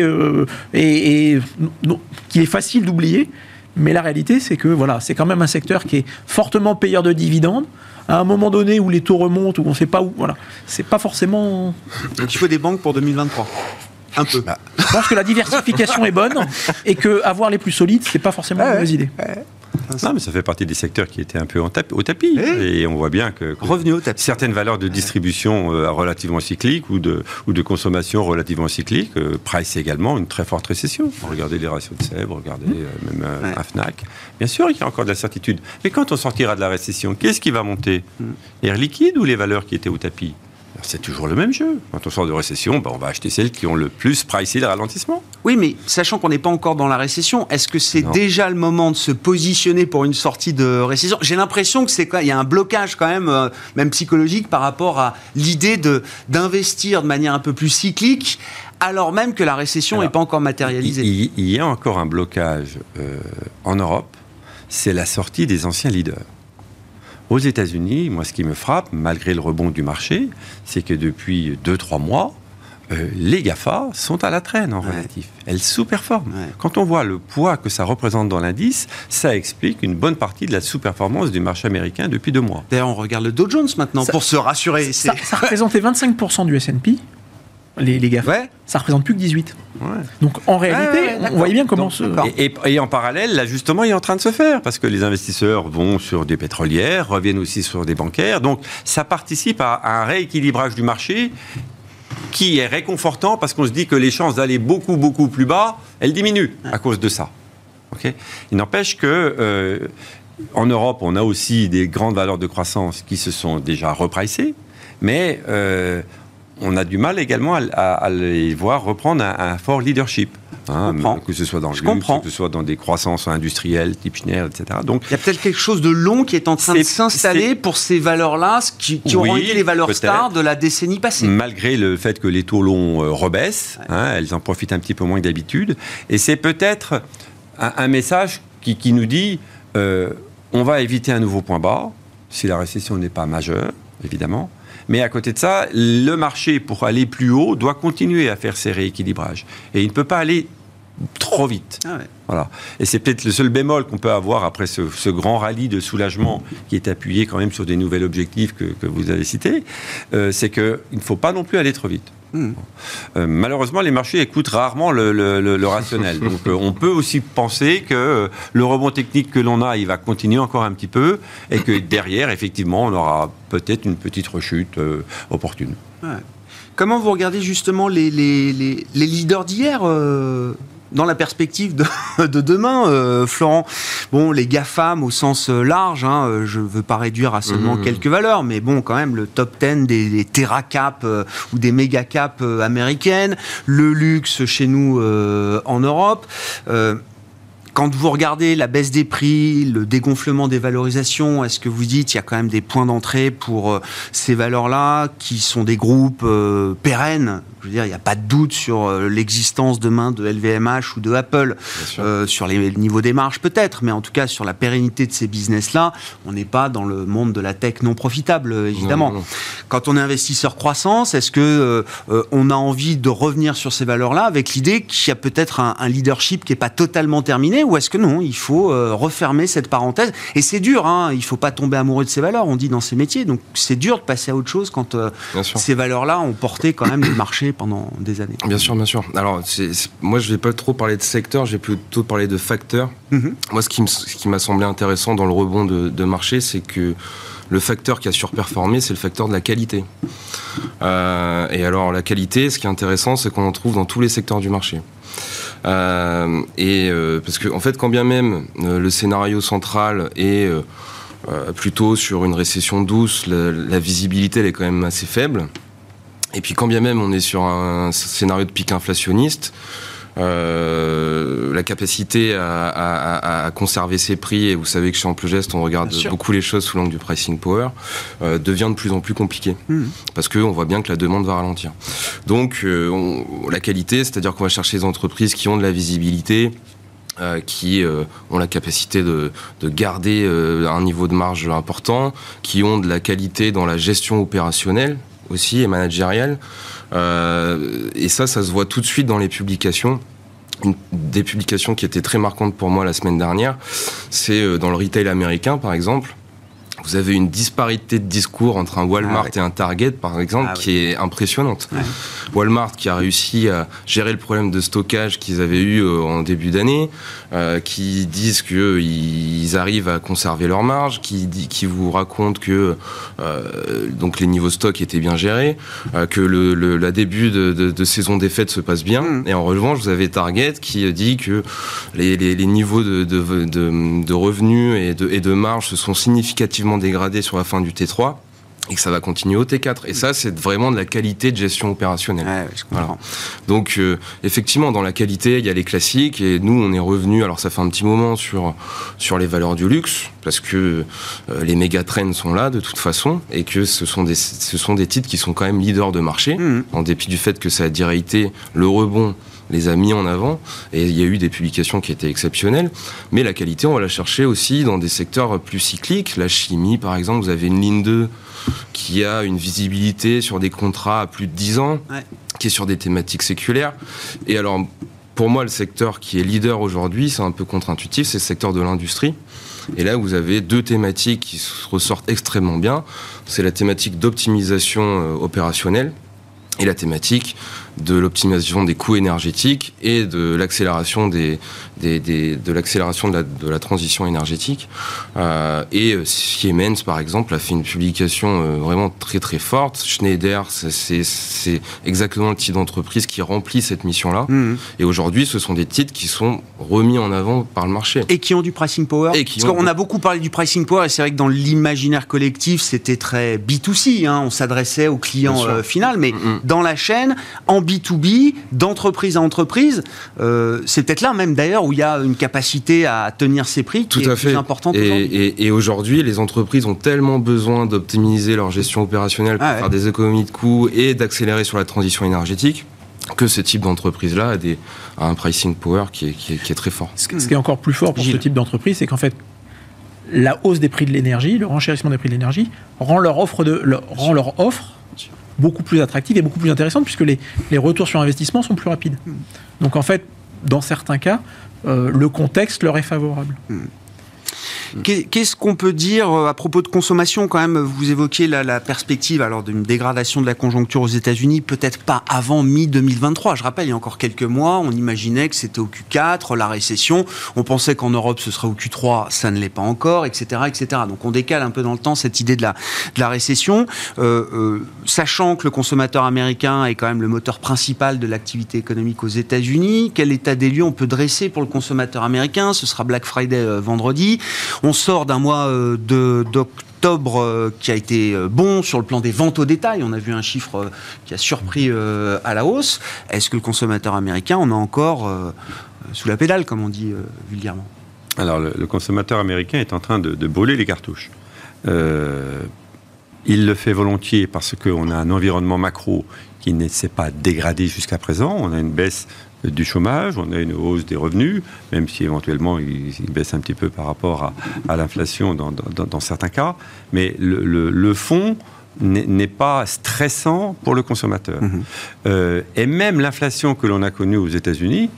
et qu'il est facile d'oublier. Mais la réalité, c'est que c'est quand même un secteur qui est fortement payeur de dividendes. À un moment donné où les taux remontent, où on ne sait pas où, c'est pas forcément... Donc il faut des banques pour 2023. Un peu. Je pense que la diversification est bonne et qu'avoir les plus solides, c'est pas forcément une mauvaise idée. Non, mais ça fait partie des secteurs qui étaient un peu au tapis. Et on voit bien que revenu au tapis. Certaines valeurs de distribution relativement cycliques ou de consommation relativement cyclique price également une très forte récession. Regardez les ratios de Sèvres, regardez même un Fnac. Bien sûr, il y a encore de l'incertitude. Mais quand on sortira de la récession, qu'est-ce qui va monter ? Air liquide ou les valeurs qui étaient au tapis ? C'est toujours le même jeu. Quand on sort de récession, on va acheter celles qui ont le plus pricé le ralentissement. Oui, mais sachant qu'on n'est pas encore dans la récession, est-ce que c'est déjà le moment de se positionner pour une sortie de récession ? J'ai l'impression que il y a un blocage quand même psychologique par rapport à l'idée d'investir de manière un peu plus cyclique, alors même que la récession n'est pas encore matérialisée. Il y a encore un blocage en Europe, c'est la sortie des anciens leaders. Aux États-Unis, moi, ce qui me frappe, malgré le rebond du marché, c'est que depuis 2-3 mois, les GAFA sont à la traîne en relatif. Elles sous-performent. Ouais. Quand on voit le poids que ça représente dans l'indice, ça explique une bonne partie de la sous-performance du marché américain depuis 2 mois. D'ailleurs, on regarde le Dow Jones maintenant pour se rassurer. Ça représentait 25% du S&P. Les GAFA, ça représente plus que 18. Ouais. Donc en réalité, on voyait bien comment Et en parallèle, l'ajustement est en train de se faire, parce que les investisseurs vont sur des pétrolières, reviennent aussi sur des bancaires. Donc ça participe à un rééquilibrage du marché qui est réconfortant, parce qu'on se dit que les chances d'aller beaucoup, beaucoup plus bas, elles diminuent à cause de ça. Okay ? Il n'empêche que en Europe, on a aussi des grandes valeurs de croissance qui se sont déjà repricées, mais... on a du mal également à les voir reprendre un fort leadership. Que ce soit dans le luxe, que ce soit dans des croissances industrielles, type Schneider, etc. Donc, il y a peut-être quelque chose de long qui est en train de s'installer pour ces valeurs-là, qui auront été les valeurs stars de la décennie passée. Malgré le fait que les taux longs rebaissent, elles en profitent un petit peu moins que d'habitude. Et c'est peut-être un message qui nous dit on va éviter un nouveau point bas, si la récession n'est pas majeure, évidemment. Mais à côté de ça, le marché, pour aller plus haut, doit continuer à faire ses rééquilibrages. Et il ne peut pas aller trop vite. Voilà. Et c'est peut-être le seul bémol qu'on peut avoir après ce grand rallye de soulagement qui est appuyé quand même sur des nouveaux objectifs que vous avez cités, c'est qu'il ne faut pas non plus aller trop vite. Malheureusement, les marchés écoutent rarement le rationnel. Donc, on peut aussi penser que le rebond technique que l'on a, il va continuer encore un petit peu, et que derrière, effectivement, on aura peut-être une petite rechute opportune. Comment vous regardez justement les leaders d'hier dans la perspective de demain, Florent? Bon, les GAFAM au sens large, je ne veux pas réduire à seulement quelques valeurs, mais bon, quand même, le top 10 des TerraCap ou des méga-cap américaines, le luxe chez nous en Europe. Quand vous regardez la baisse des prix, le dégonflement des valorisations, est-ce que vous dites qu'il y a quand même des points d'entrée pour ces valeurs-là, qui sont des groupes pérennes? Je veux dire, il n'y a pas de doute sur l'existence demain de LVMH ou de Apple, sur les niveaux des marges peut-être, mais en tout cas sur la pérennité de ces business-là, on n'est pas dans le monde de la tech non profitable, évidemment. Non. Quand on est investisseur croissance, est-ce que on a envie de revenir sur ces valeurs-là avec l'idée qu'il y a peut-être un leadership qui n'est pas totalement terminé, ou est-ce que non, il faut refermer cette parenthèse? Et c'est dur, il ne faut pas tomber amoureux de ces valeurs, on dit dans ces métiers, donc c'est dur de passer à autre chose quand ces valeurs-là ont porté quand même les marchés marché pendant des années. Bien sûr. Alors, moi, je ne vais pas trop parler de secteur, je vais plutôt parler de facteurs. Moi, ce qui m'a semblé intéressant dans le rebond de marché, c'est que le facteur qui a surperformé, c'est le facteur de la qualité. Et alors, la qualité, ce qui est intéressant, c'est qu'on en trouve dans tous les secteurs du marché. Parce que, en fait, quand bien même le scénario central est plutôt sur une récession douce, la visibilité, elle est quand même assez faible. Et puis, quand bien même on est sur un scénario de pic inflationniste, la capacité à conserver ses prix, et vous savez que chez Amplegest on regarde beaucoup les choses sous l'angle du pricing power, devient de plus en plus compliqué parce qu'on voit bien que la demande va ralentir. Donc la qualité, c'est-à-dire qu'on va chercher des entreprises qui ont de la visibilité, qui ont la capacité de garder un niveau de marge important, qui ont de la qualité dans la gestion opérationnelle aussi et managériale. Et ça se voit tout de suite dans les publications. Une des publications qui était très marquante pour moi la semaine dernière, c'est dans le retail américain, par exemple. Vous avez une disparité de discours entre un Walmart et un Target, par exemple, qui est impressionnante. Walmart qui a réussi à gérer le problème de stockage qu'ils avaient eu en début d'année, qui disent qu'ils arrivent à conserver leur marge, qui vous racontent que donc les niveaux stock étaient bien gérés, que la début de saison des fêtes se passe bien. Et en revanche, vous avez Target qui dit que les niveaux de revenus et de marge se sont significativement dégradé sur la fin du T3 et que ça va continuer au T4. Et ça, c'est vraiment de la qualité de gestion opérationnelle. Je comprends. Voilà. Donc, effectivement, dans la qualité, il y a les classiques et nous, on est revenu, alors ça fait un petit moment sur les valeurs du luxe parce que les méga trends sont là de toute façon et que ce sont des titres qui sont quand même leaders de marché en dépit du fait que ça a déraillé le rebond les a mis en avant, et il y a eu des publications qui étaient exceptionnelles, mais la qualité, on va la chercher aussi dans des secteurs plus cycliques. La chimie, par exemple, vous avez une ligne 2 qui a une visibilité sur des contrats à plus de 10 ans, qui est sur des thématiques séculaires. Et alors, pour moi, le secteur qui est leader aujourd'hui, c'est un peu contre-intuitif, c'est le secteur de l'industrie. Et là, vous avez deux thématiques qui ressortent extrêmement bien. C'est la thématique d'optimisation opérationnelle et la thématique de l'optimisation des coûts énergétiques et de l'accélération de la transition énergétique. Et Siemens, par exemple, a fait une publication vraiment très très forte. Schneider, c'est exactement le type d'entreprise qui remplit cette mission-là. Et aujourd'hui, ce sont des titres qui sont remis en avant par le marché. Et qui ont du pricing power. Parce qu'on a beaucoup parlé du pricing power, et c'est vrai que dans l'imaginaire collectif, c'était très B2C. On s'adressait au client final, mais dans la chaîne, en B2B, d'entreprise à entreprise, c'est peut-être là même d'ailleurs où il y a une capacité à tenir ses prix qui est plus importante. Et aujourd'hui, les entreprises ont tellement besoin d'optimiser leur gestion opérationnelle pour faire des économies de coûts et d'accélérer sur la transition énergétique que ce type d'entreprise-là a un pricing power qui est très fort. Ce qui est encore plus fort pour ce type d'entreprise, c'est qu'en fait, la hausse des prix de l'énergie, le renchérissement des prix de l'énergie, rend leur offre beaucoup plus attractive et beaucoup plus intéressante puisque les retours sur investissement sont plus rapides. Donc en fait, dans certains cas, le contexte leur est favorable. Qu'est-ce qu'on peut dire à propos de consommation quand même? Vous évoquiez la perspective alors d'une dégradation de la conjoncture aux États-Unis, peut-être pas avant mi-2023. Je rappelle, il y a encore quelques mois, on imaginait que c'était au Q4, la récession. On pensait qu'en Europe, ce serait au Q3, ça ne l'est pas encore, etc., etc. Donc on décale un peu dans le temps cette idée de la récession, sachant que le consommateur américain est quand même le moteur principal de l'activité économique aux États-Unis. Quel état des lieux on peut dresser pour le consommateur américain? Ce sera Black Friday vendredi. On sort d'un mois d'octobre qui a été bon sur le plan des ventes au détail. On a vu un chiffre qui a surpris à la hausse. Est-ce que le consommateur américain en a encore sous la pédale, comme on dit vulgairement? Alors, le consommateur américain est en train de brûler les cartouches. Il le fait volontiers parce qu'on a un environnement macro qui ne s'est pas dégradé jusqu'à présent. On a une baisse du chômage, on a une hausse des revenus, même si éventuellement il baisse un petit peu par rapport à l'inflation dans certains cas. Mais le fond n'est pas stressant pour le consommateur. Et même l'inflation que l'on a connue aux États-Unis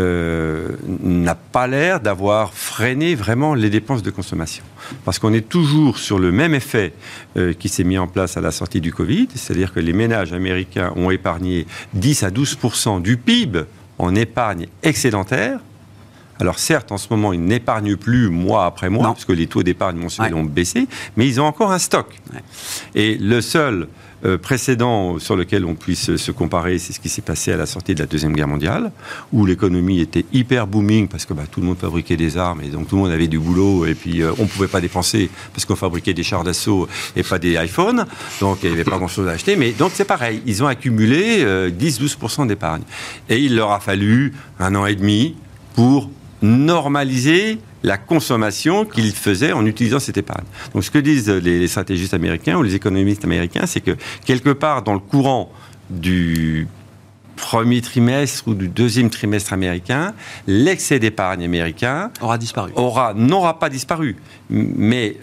n'a pas l'air d'avoir freiné vraiment les dépenses de consommation. Parce qu'on est toujours sur le même effet qui s'est mis en place à la sortie du Covid, c'est-à-dire que les ménages américains ont épargné 10 à 12% du PIB en épargne excédentaire. Alors certes, en ce moment, ils n'épargnent plus mois après mois, parce que les taux d'épargne mensuels ont baissé, mais ils ont encore un stock. Et le seul précédent sur lequel on puisse se comparer, c'est ce qui s'est passé à la sortie de la Deuxième Guerre mondiale, où l'économie était hyper booming, parce que tout le monde fabriquait des armes, et donc tout le monde avait du boulot, et puis on ne pouvait pas dépenser, parce qu'on fabriquait des chars d'assaut et pas des iPhones, donc il n'y avait pas grand-chose à acheter, mais donc c'est pareil, ils ont accumulé 10-12% d'épargne. Et il leur a fallu 1 an et demi pour normaliser la consommation qu'ils faisaient en utilisant cette épargne. Donc ce que disent les stratégistes américains ou les économistes américains, c'est que quelque part dans le courant du premier trimestre ou du deuxième trimestre américain, l'excès d'épargne américain n'aura pas disparu, mais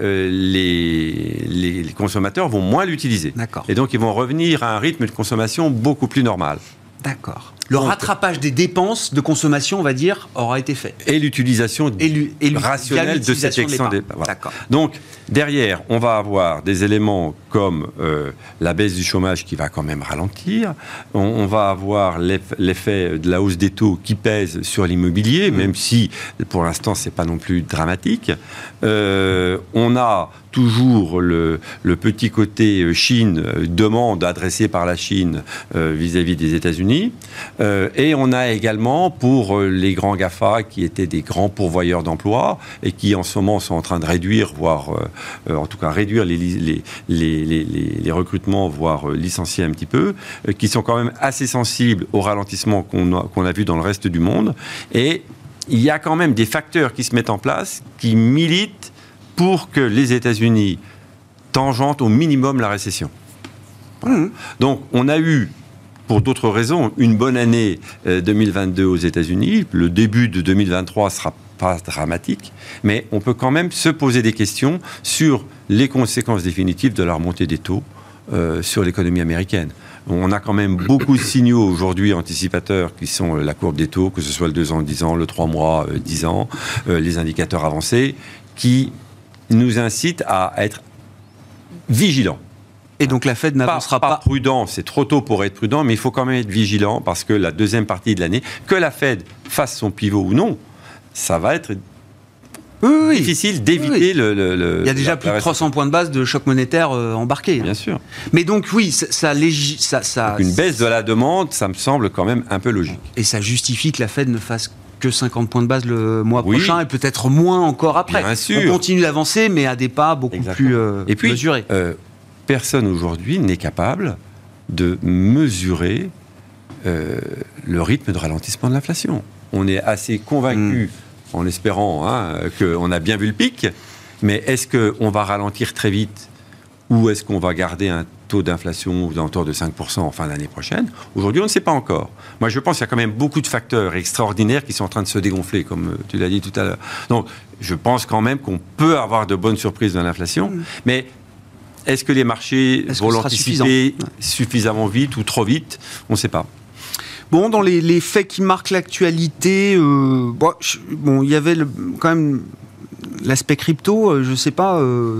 les consommateurs vont moins l'utiliser. D'accord. Et donc ils vont revenir à un rythme de consommation beaucoup plus normal. D'accord. Le rattrapage des dépenses de consommation, on va dire, aura été fait. Et l'utilisation rationnelle de cet excès d'épargne. Voilà. Donc, derrière, on va avoir des éléments comme la baisse du chômage qui va quand même ralentir. On va avoir l'effet de la hausse des taux qui pèse sur l'immobilier, même si, pour l'instant, c'est pas non plus dramatique. On a toujours le petit côté Chine, demande adressée par la Chine vis-à-vis des États-Unis. Et on a également, pour les grands GAFA, qui étaient des grands pourvoyeurs d'emplois, et qui en ce moment sont en train de réduire, voire en tout cas réduire les recrutements, voire licencier un petit peu, qui sont quand même assez sensibles au ralentissement qu'on a vu dans le reste du monde. Et il y a quand même des facteurs qui se mettent en place, qui militent pour que les États-Unis tangentent au minimum la récession. Voilà. Donc, on a eu, pour d'autres raisons, une bonne année 2022 aux États-Unis. Le début de 2023 ne sera pas dramatique, mais on peut quand même se poser des questions sur les conséquences définitives de la remontée des taux sur l'économie américaine. On a quand même beaucoup de signaux aujourd'hui anticipateurs qui sont la courbe des taux, que ce soit le 2 ans, 10 ans, le 3 mois, 10 ans, les indicateurs avancés, qui nous incitent à être vigilants. Et donc la Fed n'avancera pas prudent, c'est trop tôt pour être prudent, mais il faut quand même être vigilant parce que la deuxième partie de l'année, que la Fed fasse son pivot ou non, ça va être difficile d'éviter le... Il y a déjà plus de 300 points de base de choc monétaire embarqués. Bien sûr. Mais donc oui, ça donc une baisse de la demande, ça me semble quand même un peu logique. Et ça justifie que la Fed ne fasse que 50 points de base le mois prochain et peut-être moins encore après. Bien sûr. On continue d'avancer, mais à des pas beaucoup plus et puis, mesurés. Personne aujourd'hui n'est capable de mesurer le rythme de ralentissement de l'inflation. On est assez convaincu, en espérant qu'on a bien vu le pic, mais est-ce qu'on va ralentir très vite ou est-ce qu'on va garder un taux d'inflation aux alentours de 5% en fin d'année prochaine? Aujourd'hui, on ne sait pas encore. Moi, je pense qu'il y a quand même beaucoup de facteurs extraordinaires qui sont en train de se dégonfler, comme tu l'as dit tout à l'heure. Donc, je pense quand même qu'on peut avoir de bonnes surprises dans l'inflation, mais est-ce que les marchés vont l'anticiper suffisamment vite ou trop vite? On ne sait pas. Bon, dans les faits qui marquent l'actualité, il y avait quand même l'aspect crypto, je ne sais pas,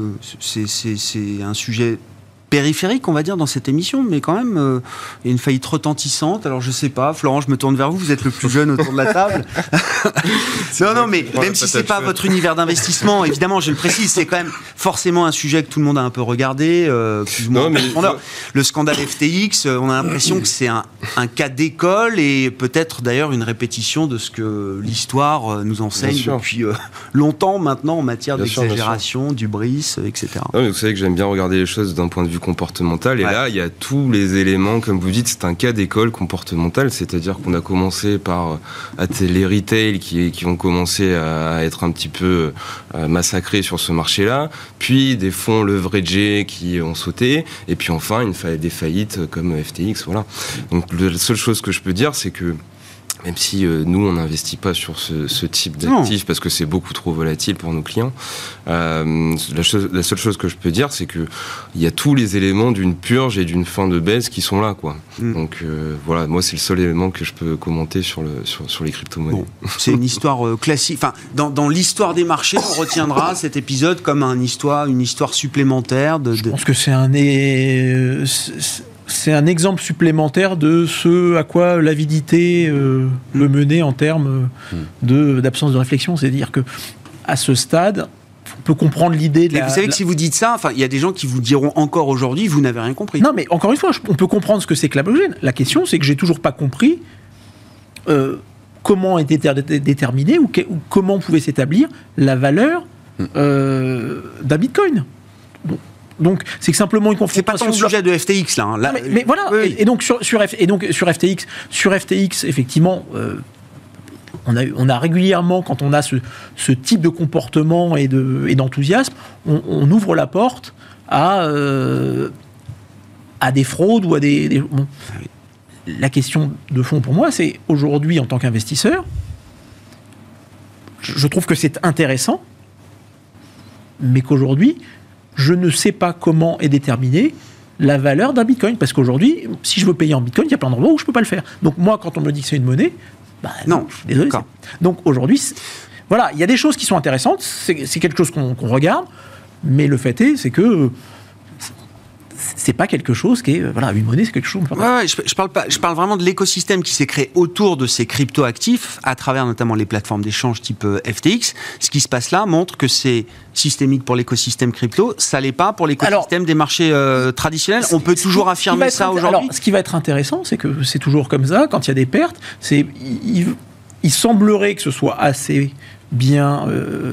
c'est un sujet périphérique, on va dire, dans cette émission, mais quand même, il y a une faillite retentissante. Alors, je sais pas, Florent, je me tourne vers vous, vous êtes le plus jeune autour de la table. non, mais même si c'est pas votre univers d'investissement, évidemment, je le précise, c'est quand même forcément un sujet que tout le monde a un peu regardé, plus ou moins. Le scandale FTX, on a l'impression que c'est un cas d'école et peut-être d'ailleurs une répétition de ce que l'histoire nous enseigne depuis longtemps maintenant en matière d'exagération, d'hubris, etc. Non, mais vous savez que j'aime bien regarder les choses d'un point de vue comportemental, et là il y a tous les éléments, comme vous dites, c'est un cas d'école comportementale, c'est-à-dire qu'on a commencé par les retail qui ont commencé à être un petit peu massacrés sur ce marché-là, puis des fonds leveragés qui ont sauté, et puis enfin des faillites comme FTX, voilà. Donc la seule chose que je peux dire, c'est que même si nous, on n'investit pas sur ce type d'actifs parce que c'est beaucoup trop volatile pour nos clients. La seule chose que je peux dire, c'est qu'il y a tous les éléments d'une purge et d'une fin de baisse qui sont là, quoi. Donc voilà, moi, c'est le seul élément que je peux commenter sur les crypto-monnaies. Bon, c'est une histoire classique. Enfin, dans l'histoire des marchés, on retiendra cet épisode comme une histoire supplémentaire. Je pense que c'est un exemple supplémentaire de ce à quoi l'avidité peut mener en termes d'absence de réflexion. C'est-à-dire que à ce stade, on peut comprendre l'idée de vous savez que si vous dites ça, il y a des gens qui vous diront encore aujourd'hui, vous n'avez rien compris. Non, mais encore une fois, on peut comprendre ce que c'est que la blockchain. La question, c'est que j'ai toujours pas compris comment était déterminée ou comment pouvait s'établir la valeur d'un bitcoin. Donc, c'est que simplement une confrontation. C'est pas ton sujet de FTX, là. Non, mais voilà. Oui. Et donc, sur FTX, effectivement, on a régulièrement, quand on a ce type de comportement et d'enthousiasme, on ouvre la porte à des fraudes ou à des bon. La question de fond pour moi, c'est aujourd'hui, en tant qu'investisseur, je trouve que c'est intéressant, mais qu'aujourd'hui, je ne sais pas comment est déterminée la valeur d'un bitcoin. Parce qu'aujourd'hui, si je veux payer en bitcoin, il y a plein d'endroits où je ne peux pas le faire. Donc moi, quand on me dit que c'est une monnaie, non, je suis désolé. Donc aujourd'hui, voilà, il y a des choses qui sont intéressantes, c'est quelque chose qu'on regarde, mais le fait est, c'est que c'est pas quelque chose qui est... Voilà, une monnaie, c'est quelque chose... Je parle vraiment de l'écosystème qui s'est créé autour de ces crypto-actifs, à travers notamment les plateformes d'échange type FTX. Ce qui se passe là montre que c'est systémique pour l'écosystème crypto, ça l'est pas pour l'écosystème des marchés traditionnels. On peut toujours affirmer ça aujourd'hui. Alors, ce qui va être intéressant, c'est que c'est toujours comme ça, quand il y a des pertes, il semblerait que ce soit assez bien...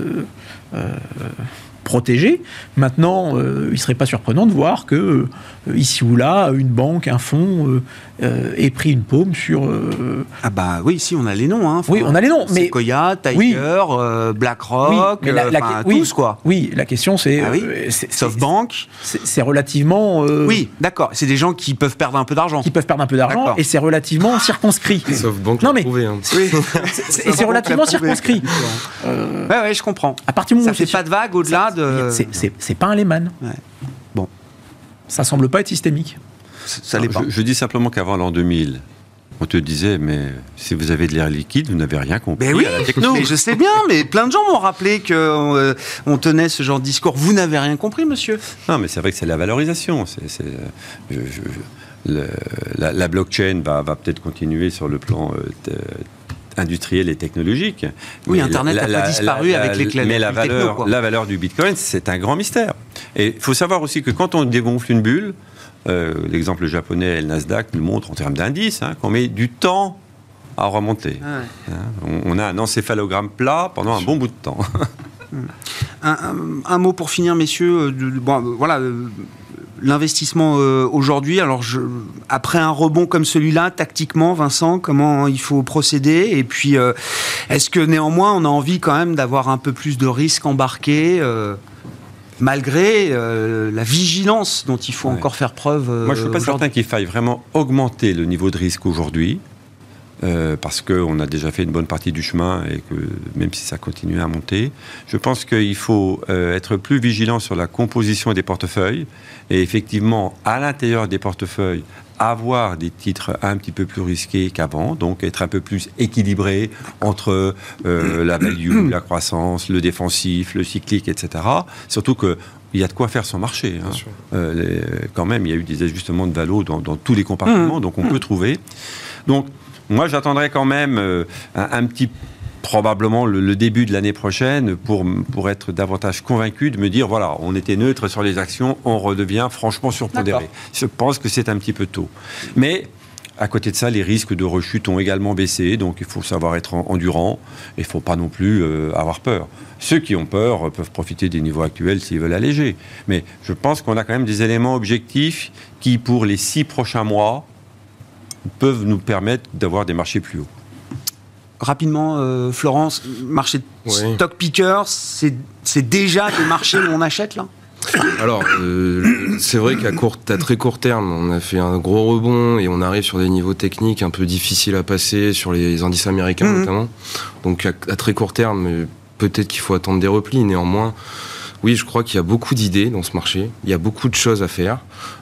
protégé. Maintenant, il ne serait pas surprenant de voir que, ici ou là, une banque, un fonds ait pris une paume sur... Ah bah oui, si, on a les noms. Hein. Oui, on a les noms. Mais Sequoia, Tiger, BlackRock, tous, quoi. Oui, la question, c'est... SoftBank. C'est relativement... Oui, d'accord. C'est des gens qui peuvent perdre un peu d'argent. Et c'est relativement circonscrit. SoftBank l'a prouvé. Hein. Et c'est relativement circonscrit. Ouais, je comprends. À partir du moment où ça fait pas de vague au-delà de... C'est pas un Lehman. Ouais. Bon. Ça semble pas être systémique. Ça l'est pas. Je dis simplement qu'avant l'an 2000, on te disait, mais si vous avez de l'air liquide, vous n'avez rien compris. Mais oui, mais je sais bien, mais plein de gens m'ont rappelé qu'on tenait ce genre de discours. Vous n'avez rien compris, monsieur. Non, mais c'est vrai que c'est la valorisation. La blockchain va peut-être continuer sur le plan... industriel et technologique. Oui, mais Internet n'a pas disparu avec l'éclat. Mais la valeur du Bitcoin, c'est un grand mystère. Et il faut savoir aussi que quand on dégonfle une bulle, l'exemple japonais, le Nasdaq, nous montre en termes d'indices, qu'on met du temps à remonter. On a un encéphalogramme plat pendant un bon bout de temps. Un mot pour finir, messieurs. L'investissement aujourd'hui, alors après un rebond comme celui-là, tactiquement, Vincent, comment il faut procéder? Et puis, est-ce que néanmoins, on a envie quand même d'avoir un peu plus de risques embarqués, malgré la vigilance dont il faut encore faire preuve? Moi, je ne suis pas certain qu'il faille vraiment augmenter le niveau de risque aujourd'hui. Parce qu'on a déjà fait une bonne partie du chemin et que même si ça continue à monter, je pense qu'il faut être plus vigilant sur la composition des portefeuilles et effectivement, à l'intérieur des portefeuilles, avoir des titres un petit peu plus risqués qu'avant, donc être un peu plus équilibré entre la value, la croissance, le défensif, le cyclique, etc. Surtout que il y a de quoi faire son marché. Quand même, il y a eu des ajustements de valo dans tous les compartiments, donc on peut trouver. Donc, moi, j'attendrai quand même probablement le début de l'année prochaine pour être davantage convaincu de me dire, voilà, on était neutre sur les actions, on redevient franchement surpondéré. Je pense que c'est un petit peu tôt. Mais, à côté de ça, les risques de rechute ont également baissé, donc il faut savoir être endurant, et il ne faut pas non plus avoir peur. Ceux qui ont peur peuvent profiter des niveaux actuels s'ils veulent alléger. Mais je pense qu'on a quand même des éléments objectifs qui, pour les 6 prochains mois, peuvent nous permettre d'avoir des marchés plus hauts. Rapidement, Florence, marché de stock pickers, c'est déjà des marchés où on achète là ? Alors, c'est vrai qu'à très court terme, on a fait un gros rebond et on arrive sur des niveaux techniques un peu difficiles à passer sur les indices américains notamment. Donc à très court terme, peut-être qu'il faut attendre des replis. Néanmoins, oui, je crois qu'il y a beaucoup d'idées dans ce marché. Il y a beaucoup de choses à faire.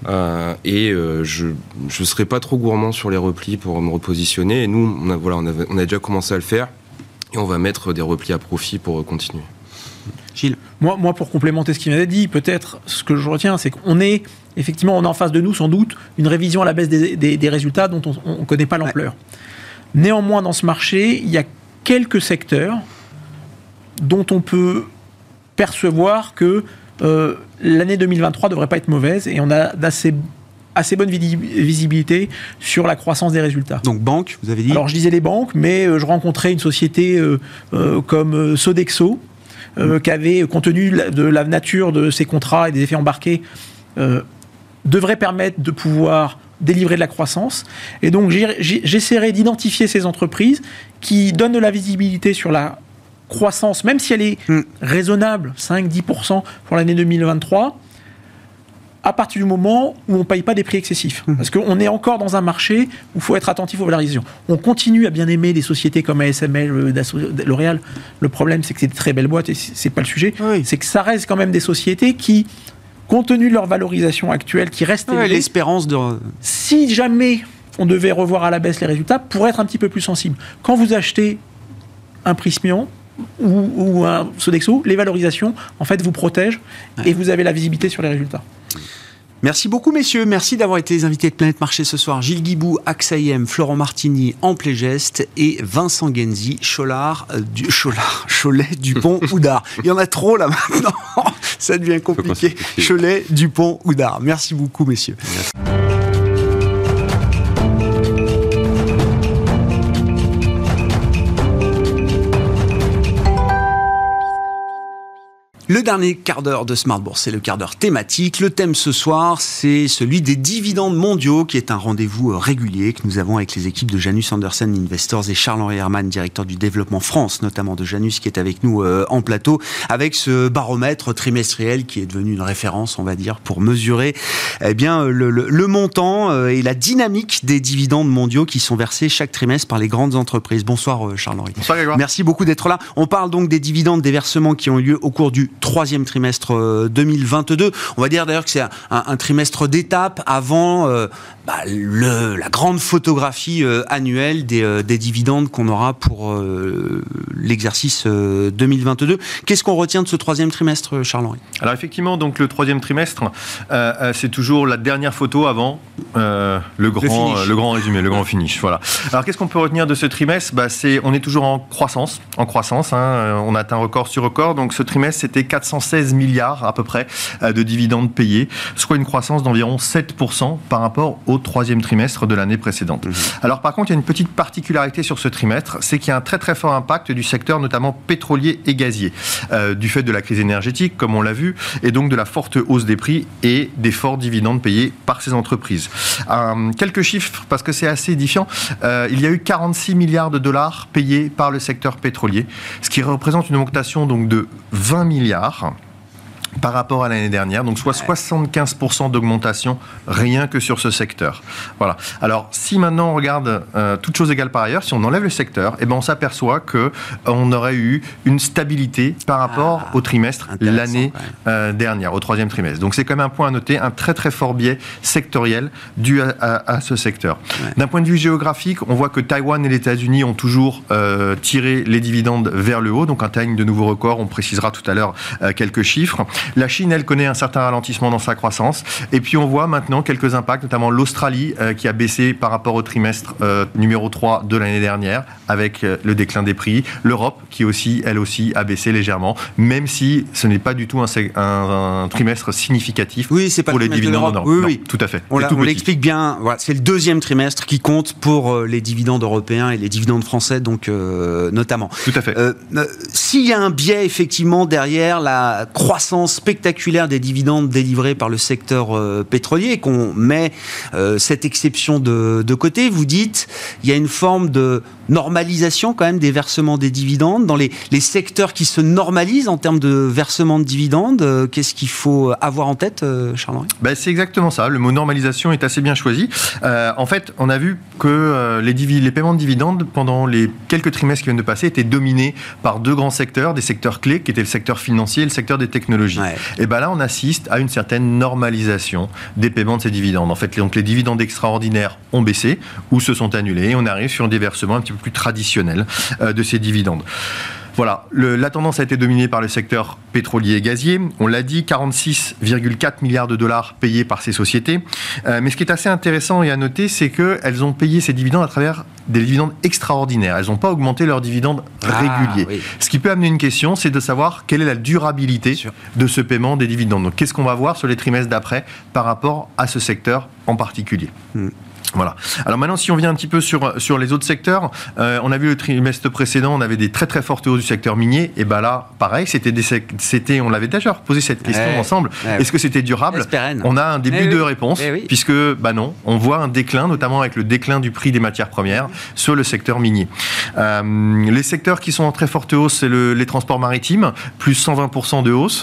Je ne serai pas trop gourmand sur les replis pour me repositionner. Et nous, on a déjà commencé à le faire. Et on va mettre des replis à profit pour continuer. Gilles. Moi, pour complémenter ce qu'il m'avait dit, peut-être ce que je retiens, c'est qu'on est en face de nous, sans doute, une révision à la baisse des résultats dont on ne connaît pas l'ampleur. Ouais. Néanmoins, dans ce marché, il y a quelques secteurs dont on peut percevoir que l'année 2023 ne devrait pas être mauvaise et on a assez bonne visibilité sur la croissance des résultats. Donc banque, vous avez dit ? Alors je disais les banques, mais je rencontrais une société comme Sodexo, qui avait, compte tenu de la nature de ses contrats et des effets embarqués, devrait permettre de pouvoir délivrer de la croissance. Et donc j'essaierai d'identifier ces entreprises qui donnent de la visibilité sur la croissance, même si elle est raisonnable, 5-10% pour l'année 2023, à partir du moment où on ne paye pas des prix excessifs. Parce qu'on est encore dans un marché où il faut être attentif aux valorisations. On continue à bien aimer des sociétés comme ASML, L'Oréal. Le problème, c'est que c'est des très belles boîtes et ce n'est pas le sujet. Oui. C'est que ça reste quand même des sociétés qui, compte tenu de leur valorisation actuelle, qui restent élevées, l'espérance de... Si jamais on devait revoir à la baisse les résultats, pourraient être un petit peu plus sensibles. Quand vous achetez un Prysmian ou un Sodexo, les valorisations, en fait, vous protègent et vous avez la visibilité sur les résultats. Merci beaucoup, messieurs. Merci d'avoir été les invités de Planète Marché ce soir. Gilles Guibou, AXA IM, Florent Martini, Amplégest et Vincent Genzi, Cholet, Dupont, Oudart. Il y en a trop là maintenant. Ça devient compliqué. Cholet, Dupont, Oudart. Merci beaucoup, messieurs. Merci. Le dernier quart d'heure de Smart Bourse, c'est le quart d'heure thématique. Le thème ce soir, c'est celui des dividendes mondiaux, qui est un rendez-vous régulier que nous avons avec les équipes de Janus Henderson Investors et Charles-Henri Herman, directeur du développement France, notamment de Janus, qui est avec nous en plateau, avec ce baromètre trimestriel qui est devenu une référence, on va dire, pour mesurer le montant et la dynamique des dividendes mondiaux qui sont versés chaque trimestre par les grandes entreprises. Bonsoir Charles-Henri. Bonsoir Grégoire. Merci beaucoup d'être là. On parle donc des dividendes, des versements qui ont eu lieu au cours du troisième trimestre 2022. On va dire d'ailleurs que c'est un trimestre d'étape avant la grande photographie annuelle des dividendes qu'on aura pour l'exercice 2022. Qu'est-ce qu'on retient de ce troisième trimestre, Charles-Henri ? Alors effectivement, donc le troisième trimestre, c'est toujours la dernière photo avant le grand résumé, le grand finish. Voilà. Alors qu'est-ce qu'on peut retenir de ce trimestre ? On est toujours en croissance. On a atteint record sur record. Donc ce trimestre, c'était 416 milliards à peu près de dividendes payés, soit une croissance d'environ 7% par rapport au troisième trimestre de l'année précédente. Alors par contre, il y a une petite particularité sur ce trimestre, c'est qu'il y a un très très fort impact du secteur notamment pétrolier et gazier, du fait de la crise énergétique, comme on l'a vu, et donc de la forte hausse des prix et des forts dividendes payés par ces entreprises. Quelques chiffres, parce que c'est assez édifiant. Il y a eu 46 milliards de dollars payés par le secteur pétrolier, ce qui représente une augmentation donc de 20 milliards par rapport à l'année dernière, donc soit 75% d'augmentation rien que sur ce secteur. Voilà. Alors, si maintenant on regarde toutes choses égales par ailleurs, si on enlève le secteur, on s'aperçoit qu'on aurait eu une stabilité par rapport au trimestre l'année dernière, au troisième trimestre. Donc c'est quand même un point à noter, un très très fort biais sectoriel dû à ce secteur. Ouais. D'un point de vue géographique, on voit que Taïwan et les États-Unis ont toujours tiré les dividendes vers le haut, donc atteignent de nouveaux records. On précisera tout à l'heure quelques chiffres. La Chine, elle, connaît un certain ralentissement dans sa croissance. Et puis, on voit maintenant quelques impacts, notamment l'Australie, qui a baissé par rapport au trimestre numéro 3 de l'année dernière, avec le déclin des prix. L'Europe, qui aussi, elle aussi, a baissé légèrement, même si ce n'est pas du tout un trimestre significatif pour les dividendes en Europe. Oui, tout à fait. On l'explique bien. Voilà, c'est le deuxième trimestre qui compte pour les dividendes européens et les dividendes français, donc notamment. Tout à fait. S'il y a un biais, effectivement, derrière la croissance spectaculaire des dividendes délivrés par le secteur pétrolier, et qu'on met cette exception de côté, vous dites il y a une forme de normalisation quand même des versements des dividendes dans les secteurs qui se normalisent en termes de versement de dividendes. Qu'est-ce qu'il faut avoir en tête, Charles-Henri ? C'est exactement ça. Le mot normalisation est assez bien choisi. En fait, on a vu que les paiements de dividendes pendant les quelques trimestres qui viennent de passer étaient dominés par deux grands secteurs, des secteurs clés qui étaient le secteur financier et le secteur des technologies. Ouais. Et là, on assiste à une certaine normalisation des paiements de ces dividendes. En fait, donc, les dividendes extraordinaires ont baissé ou se sont annulés et on arrive sur des versements un petit peu plus traditionnels de ces dividendes. Voilà, la tendance a été dominée par le secteur pétrolier et gazier. On l'a dit, 46,4 milliards de dollars payés par ces sociétés. Mais ce qui est assez intéressant et à noter, c'est qu'elles ont payé ces dividendes à travers des dividendes extraordinaires. Elles n'ont pas augmenté leurs dividendes réguliers. Oui. Ce qui peut amener une question, c'est de savoir quelle est la durabilité de ce paiement des dividendes. Donc, qu'est-ce qu'on va voir sur les trimestres d'après par rapport à ce secteur en particulier ? Voilà. Alors maintenant, si on vient un petit peu sur les autres secteurs, on a vu le trimestre précédent, on avait des très très fortes hausses du secteur minier. Et là, pareil, on l'avait déjà posé cette question ensemble. Est-ce que c'était durable ? On a un début de réponse, puisque non, on voit un déclin, notamment avec le déclin du prix des matières premières sur le secteur minier. Les secteurs qui sont en très forte hausse, c'est les transports maritimes, plus 120% de hausse.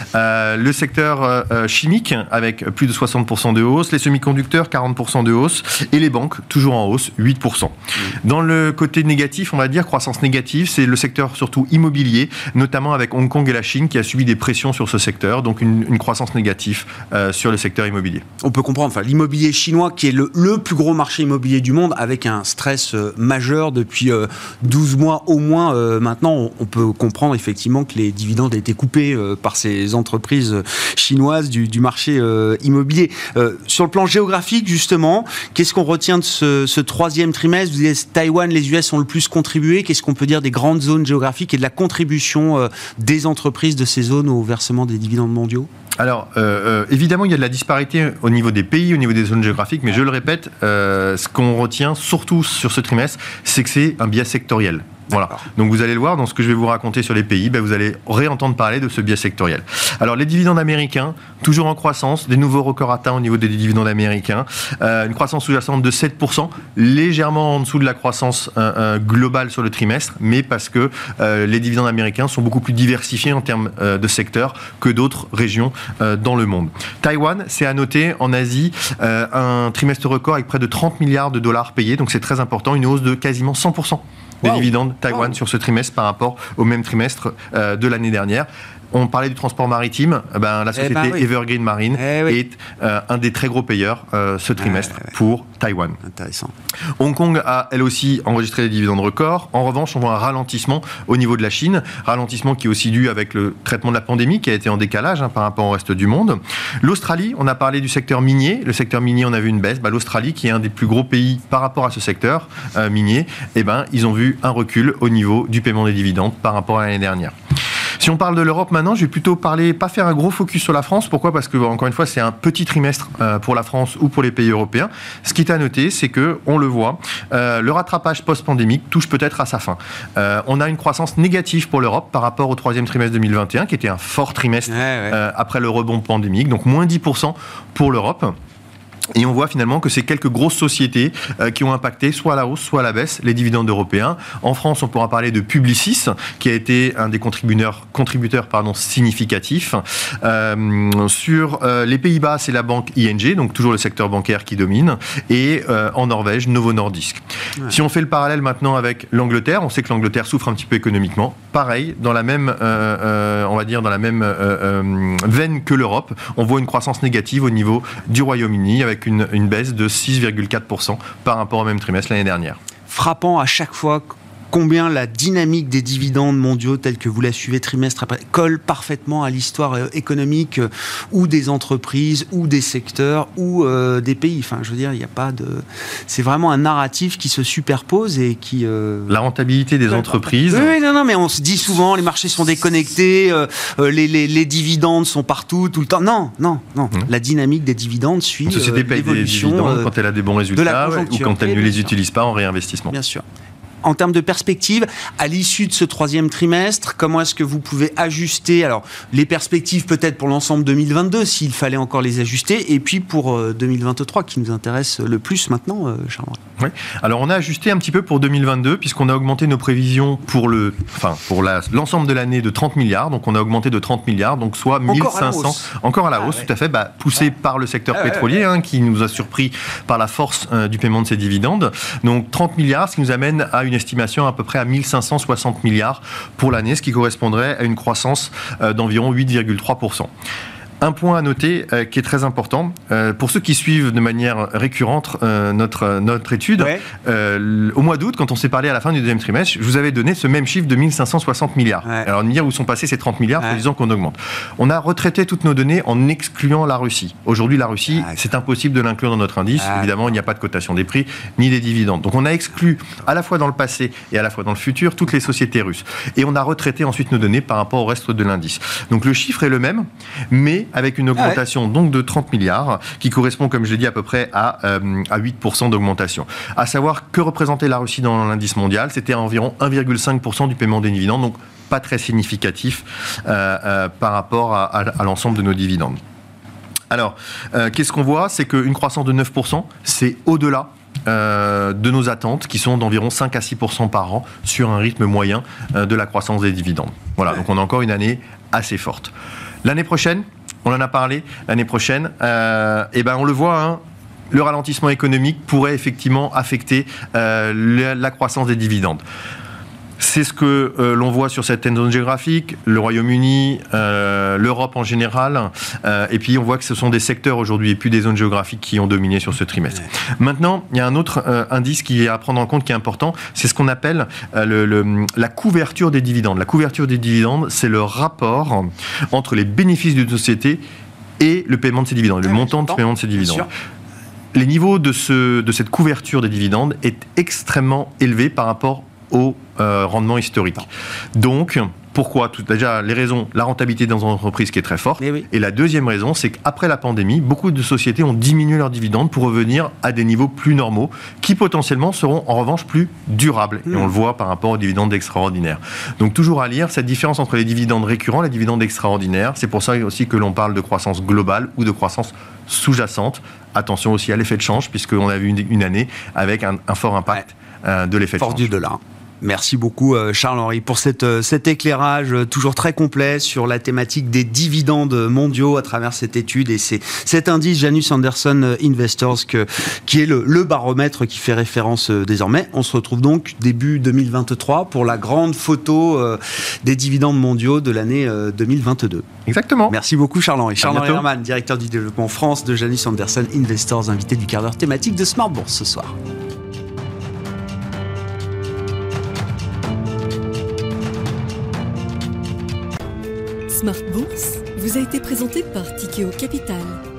Le secteur chimique, avec plus de 60% de hausse. Les semi-conducteurs, 40% de hausse. Et les banques, toujours en hausse, 8%. Dans le côté négatif, on va dire, croissance négative, c'est le secteur surtout immobilier, notamment avec Hong Kong et la Chine qui a subi des pressions sur ce secteur, donc une croissance négative sur le secteur immobilier. On peut comprendre, l'immobilier chinois qui est le plus gros marché immobilier du monde, avec un stress majeur depuis 12 mois au moins maintenant, on peut comprendre effectivement que les dividendes ont été coupés par ces entreprises chinoises du marché immobilier. Sur le plan géographique, justement, qu'est-ce qu'on retient de ce troisième trimestre ? Vous dites Taïwan, les US ont le plus contribué. Qu'est-ce qu'on peut dire des grandes zones géographiques et de la contribution des entreprises de ces zones au versement des dividendes mondiaux ? Alors, évidemment, il y a de la disparité au niveau des pays, au niveau des zones géographiques, mais je le répète, ce qu'on retient surtout sur ce trimestre, c'est que c'est un biais sectoriel. Voilà. Donc vous allez le voir dans ce que je vais vous raconter sur les pays, vous allez réentendre parler de ce biais sectoriel. Alors les dividendes américains, toujours en croissance, des nouveaux records atteints au niveau des dividendes américains, une croissance sous-jacente de 7%, légèrement en dessous de la croissance globale sur le trimestre, mais parce que les dividendes américains sont beaucoup plus diversifiés en termes de secteurs que d'autres régions dans le monde. Taïwan, c'est à noter en Asie, un trimestre record avec près de 30 milliards de dollars payés, donc c'est très important, une hausse de quasiment 100%. Des dividendes Taïwan sur ce trimestre par rapport au même trimestre de l'année dernière. On parlait du transport maritime, la société Evergreen Marine est un des très gros payeurs ce trimestre pour Taïwan. Intéressant. Hong Kong a elle aussi enregistré des dividendes records. En revanche, on voit un ralentissement au niveau de la Chine, ralentissement qui est aussi dû avec le traitement de la pandémie qui a été en décalage par rapport au reste du monde. L'Australie, on a parlé du secteur minier. Le secteur minier, on a vu une baisse. L'Australie, qui est un des plus gros pays par rapport à ce secteur minier, ils ont vu un recul au niveau du paiement des dividendes par rapport à l'année dernière. Si on parle de l'Europe maintenant, je vais plutôt pas faire un gros focus sur la France. Pourquoi ? Parce que, encore une fois, c'est un petit trimestre pour la France ou pour les pays européens. Ce qui est à noter, c'est que, on le voit, le rattrapage post-pandémique touche peut-être à sa fin. On a une croissance négative pour l'Europe par rapport au troisième trimestre 2021, qui était un fort trimestre après le rebond pandémique, donc moins 10% pour l'Europe. Et on voit finalement que c'est quelques grosses sociétés qui ont impacté soit à la hausse, soit à la baisse les dividendes européens. En France, on pourra parler de Publicis, qui a été un des contributeurs significatifs. Sur les Pays-Bas, c'est la banque ING, donc toujours le secteur bancaire qui domine. Et en Norvège, Novo Nordisk. Ouais. Si on fait le parallèle maintenant avec l'Angleterre, on sait que l'Angleterre souffre un petit peu économiquement. Pareil, dans la même, veine que l'Europe, on voit une croissance négative au niveau du Royaume-Uni, avec une baisse de 6,4% par rapport au même trimestre l'année dernière. Frappant à chaque fois combien la dynamique des dividendes mondiaux, telle que vous la suivez trimestre après, colle parfaitement à l'histoire économique ou des entreprises, ou des secteurs, ou des pays. Enfin, je veux dire, il n'y a pas de... C'est vraiment un narratif qui se superpose et qui... La rentabilité des entreprises... Oui, non, mais on se dit souvent, les marchés sont déconnectés, les dividendes sont partout, tout le temps. Non. La dynamique des dividendes suit une société paye des dividendes quand elle a des bons résultats ou quand elle ne les utilise pas en réinvestissement. Bien sûr. En termes de perspective, à l'issue de ce troisième trimestre, comment est-ce que vous pouvez ajuster alors les perspectives peut-être pour l'ensemble 2022, s'il fallait encore les ajuster, et puis pour 2023 qui nous intéresse le plus maintenant, Charles? Oui. Alors on a ajusté un petit peu pour 2022 puisqu'on a augmenté nos prévisions pour l'ensemble de l'année de 30 milliards. Donc on a augmenté de 30 milliards, donc soit 1500 encore à la hausse, tout à fait, poussé par le secteur pétrolier qui nous a surpris par la force du paiement de ses dividendes. Donc 30 milliards, ce qui nous amène à une estimation à peu près à 1560 milliards pour l'année, ce qui correspondrait à une croissance d'environ 8,3%. Un point à noter qui est très important, pour ceux qui suivent de manière récurrente notre étude, au mois d'août, quand on s'est parlé à la fin du deuxième trimestre, je vous avais donné ce même chiffre de 1560 milliards. Alors, de me dire où sont passés ces 30 milliards, en disant qu'on augmente. On a retraité toutes nos données en excluant la Russie. Aujourd'hui, la Russie, c'est impossible de l'inclure dans notre indice. Évidemment, il n'y a pas de cotation des prix, ni des dividendes. Donc, on a exclu, à la fois dans le passé et à la fois dans le futur, toutes les sociétés russes. Et on a retraité ensuite nos données par rapport au reste de l'indice. Donc, le chiffre est le même, mais avec une augmentation donc de 30 milliards, qui correspond, comme je l'ai dit, à peu près à 8% d'augmentation. À savoir que représentait la Russie dans l'indice mondial, c'était environ 1,5% du paiement des dividendes, donc pas très significatif par rapport à l'ensemble de nos dividendes. Alors, qu'est-ce qu'on voit? C'est qu'une croissance de 9%, c'est au-delà de nos attentes, qui sont d'environ 5 à 6% par an sur un rythme moyen de la croissance des dividendes. Voilà, donc on a encore une année assez forte. L'année prochaine, on en a parlé, l'année prochaine, on le voit, le ralentissement économique pourrait effectivement affecter la croissance des dividendes. C'est ce que l'on voit sur certaines zones géographiques, le Royaume-Uni, l'Europe en général, et puis on voit que ce sont des secteurs aujourd'hui et plus des zones géographiques qui ont dominé sur ce trimestre. Maintenant, il y a un autre indice qui est à prendre en compte, qui est important, c'est ce qu'on appelle la couverture des dividendes. La couverture des dividendes, c'est le rapport entre les bénéfices d'une société et le paiement de ses dividendes, le montant de paiement de ses dividendes. Les niveaux de cette couverture des dividendes est extrêmement élevé par rapport au rendement historique. Donc, pourquoi? Déjà, les raisons, la rentabilité dans une entreprise qui est très forte. Et la deuxième raison, c'est qu'après la pandémie, beaucoup de sociétés ont diminué leurs dividendes pour revenir à des niveaux plus normaux, qui potentiellement seront en revanche plus durables. Et on le voit par rapport aux dividendes extraordinaires. Donc, toujours à lire, cette différence entre les dividendes récurrents et les dividendes extraordinaires. C'est pour ça aussi que l'on parle de croissance globale ou de croissance sous-jacente. Attention aussi à l'effet de change, puisqu'on a vu une année avec un fort impact de l'effet de change. Fort du dollar. Merci beaucoup Charles-Henri pour cet éclairage toujours très complet sur la thématique des dividendes mondiaux à travers cette étude et cet indice Janus Henderson Investors qui est le baromètre qui fait référence désormais. On se retrouve donc début 2023 pour la grande photo des dividendes mondiaux de l'année 2022. Exactement. Merci beaucoup Charles-Henri. Charles-Henri Herman, directeur du développement France de Janus Henderson Investors, invité du quart d'heure thématique de Smart Bourse ce soir. Smart Bourse vous a été présenté par Tikeo Capital.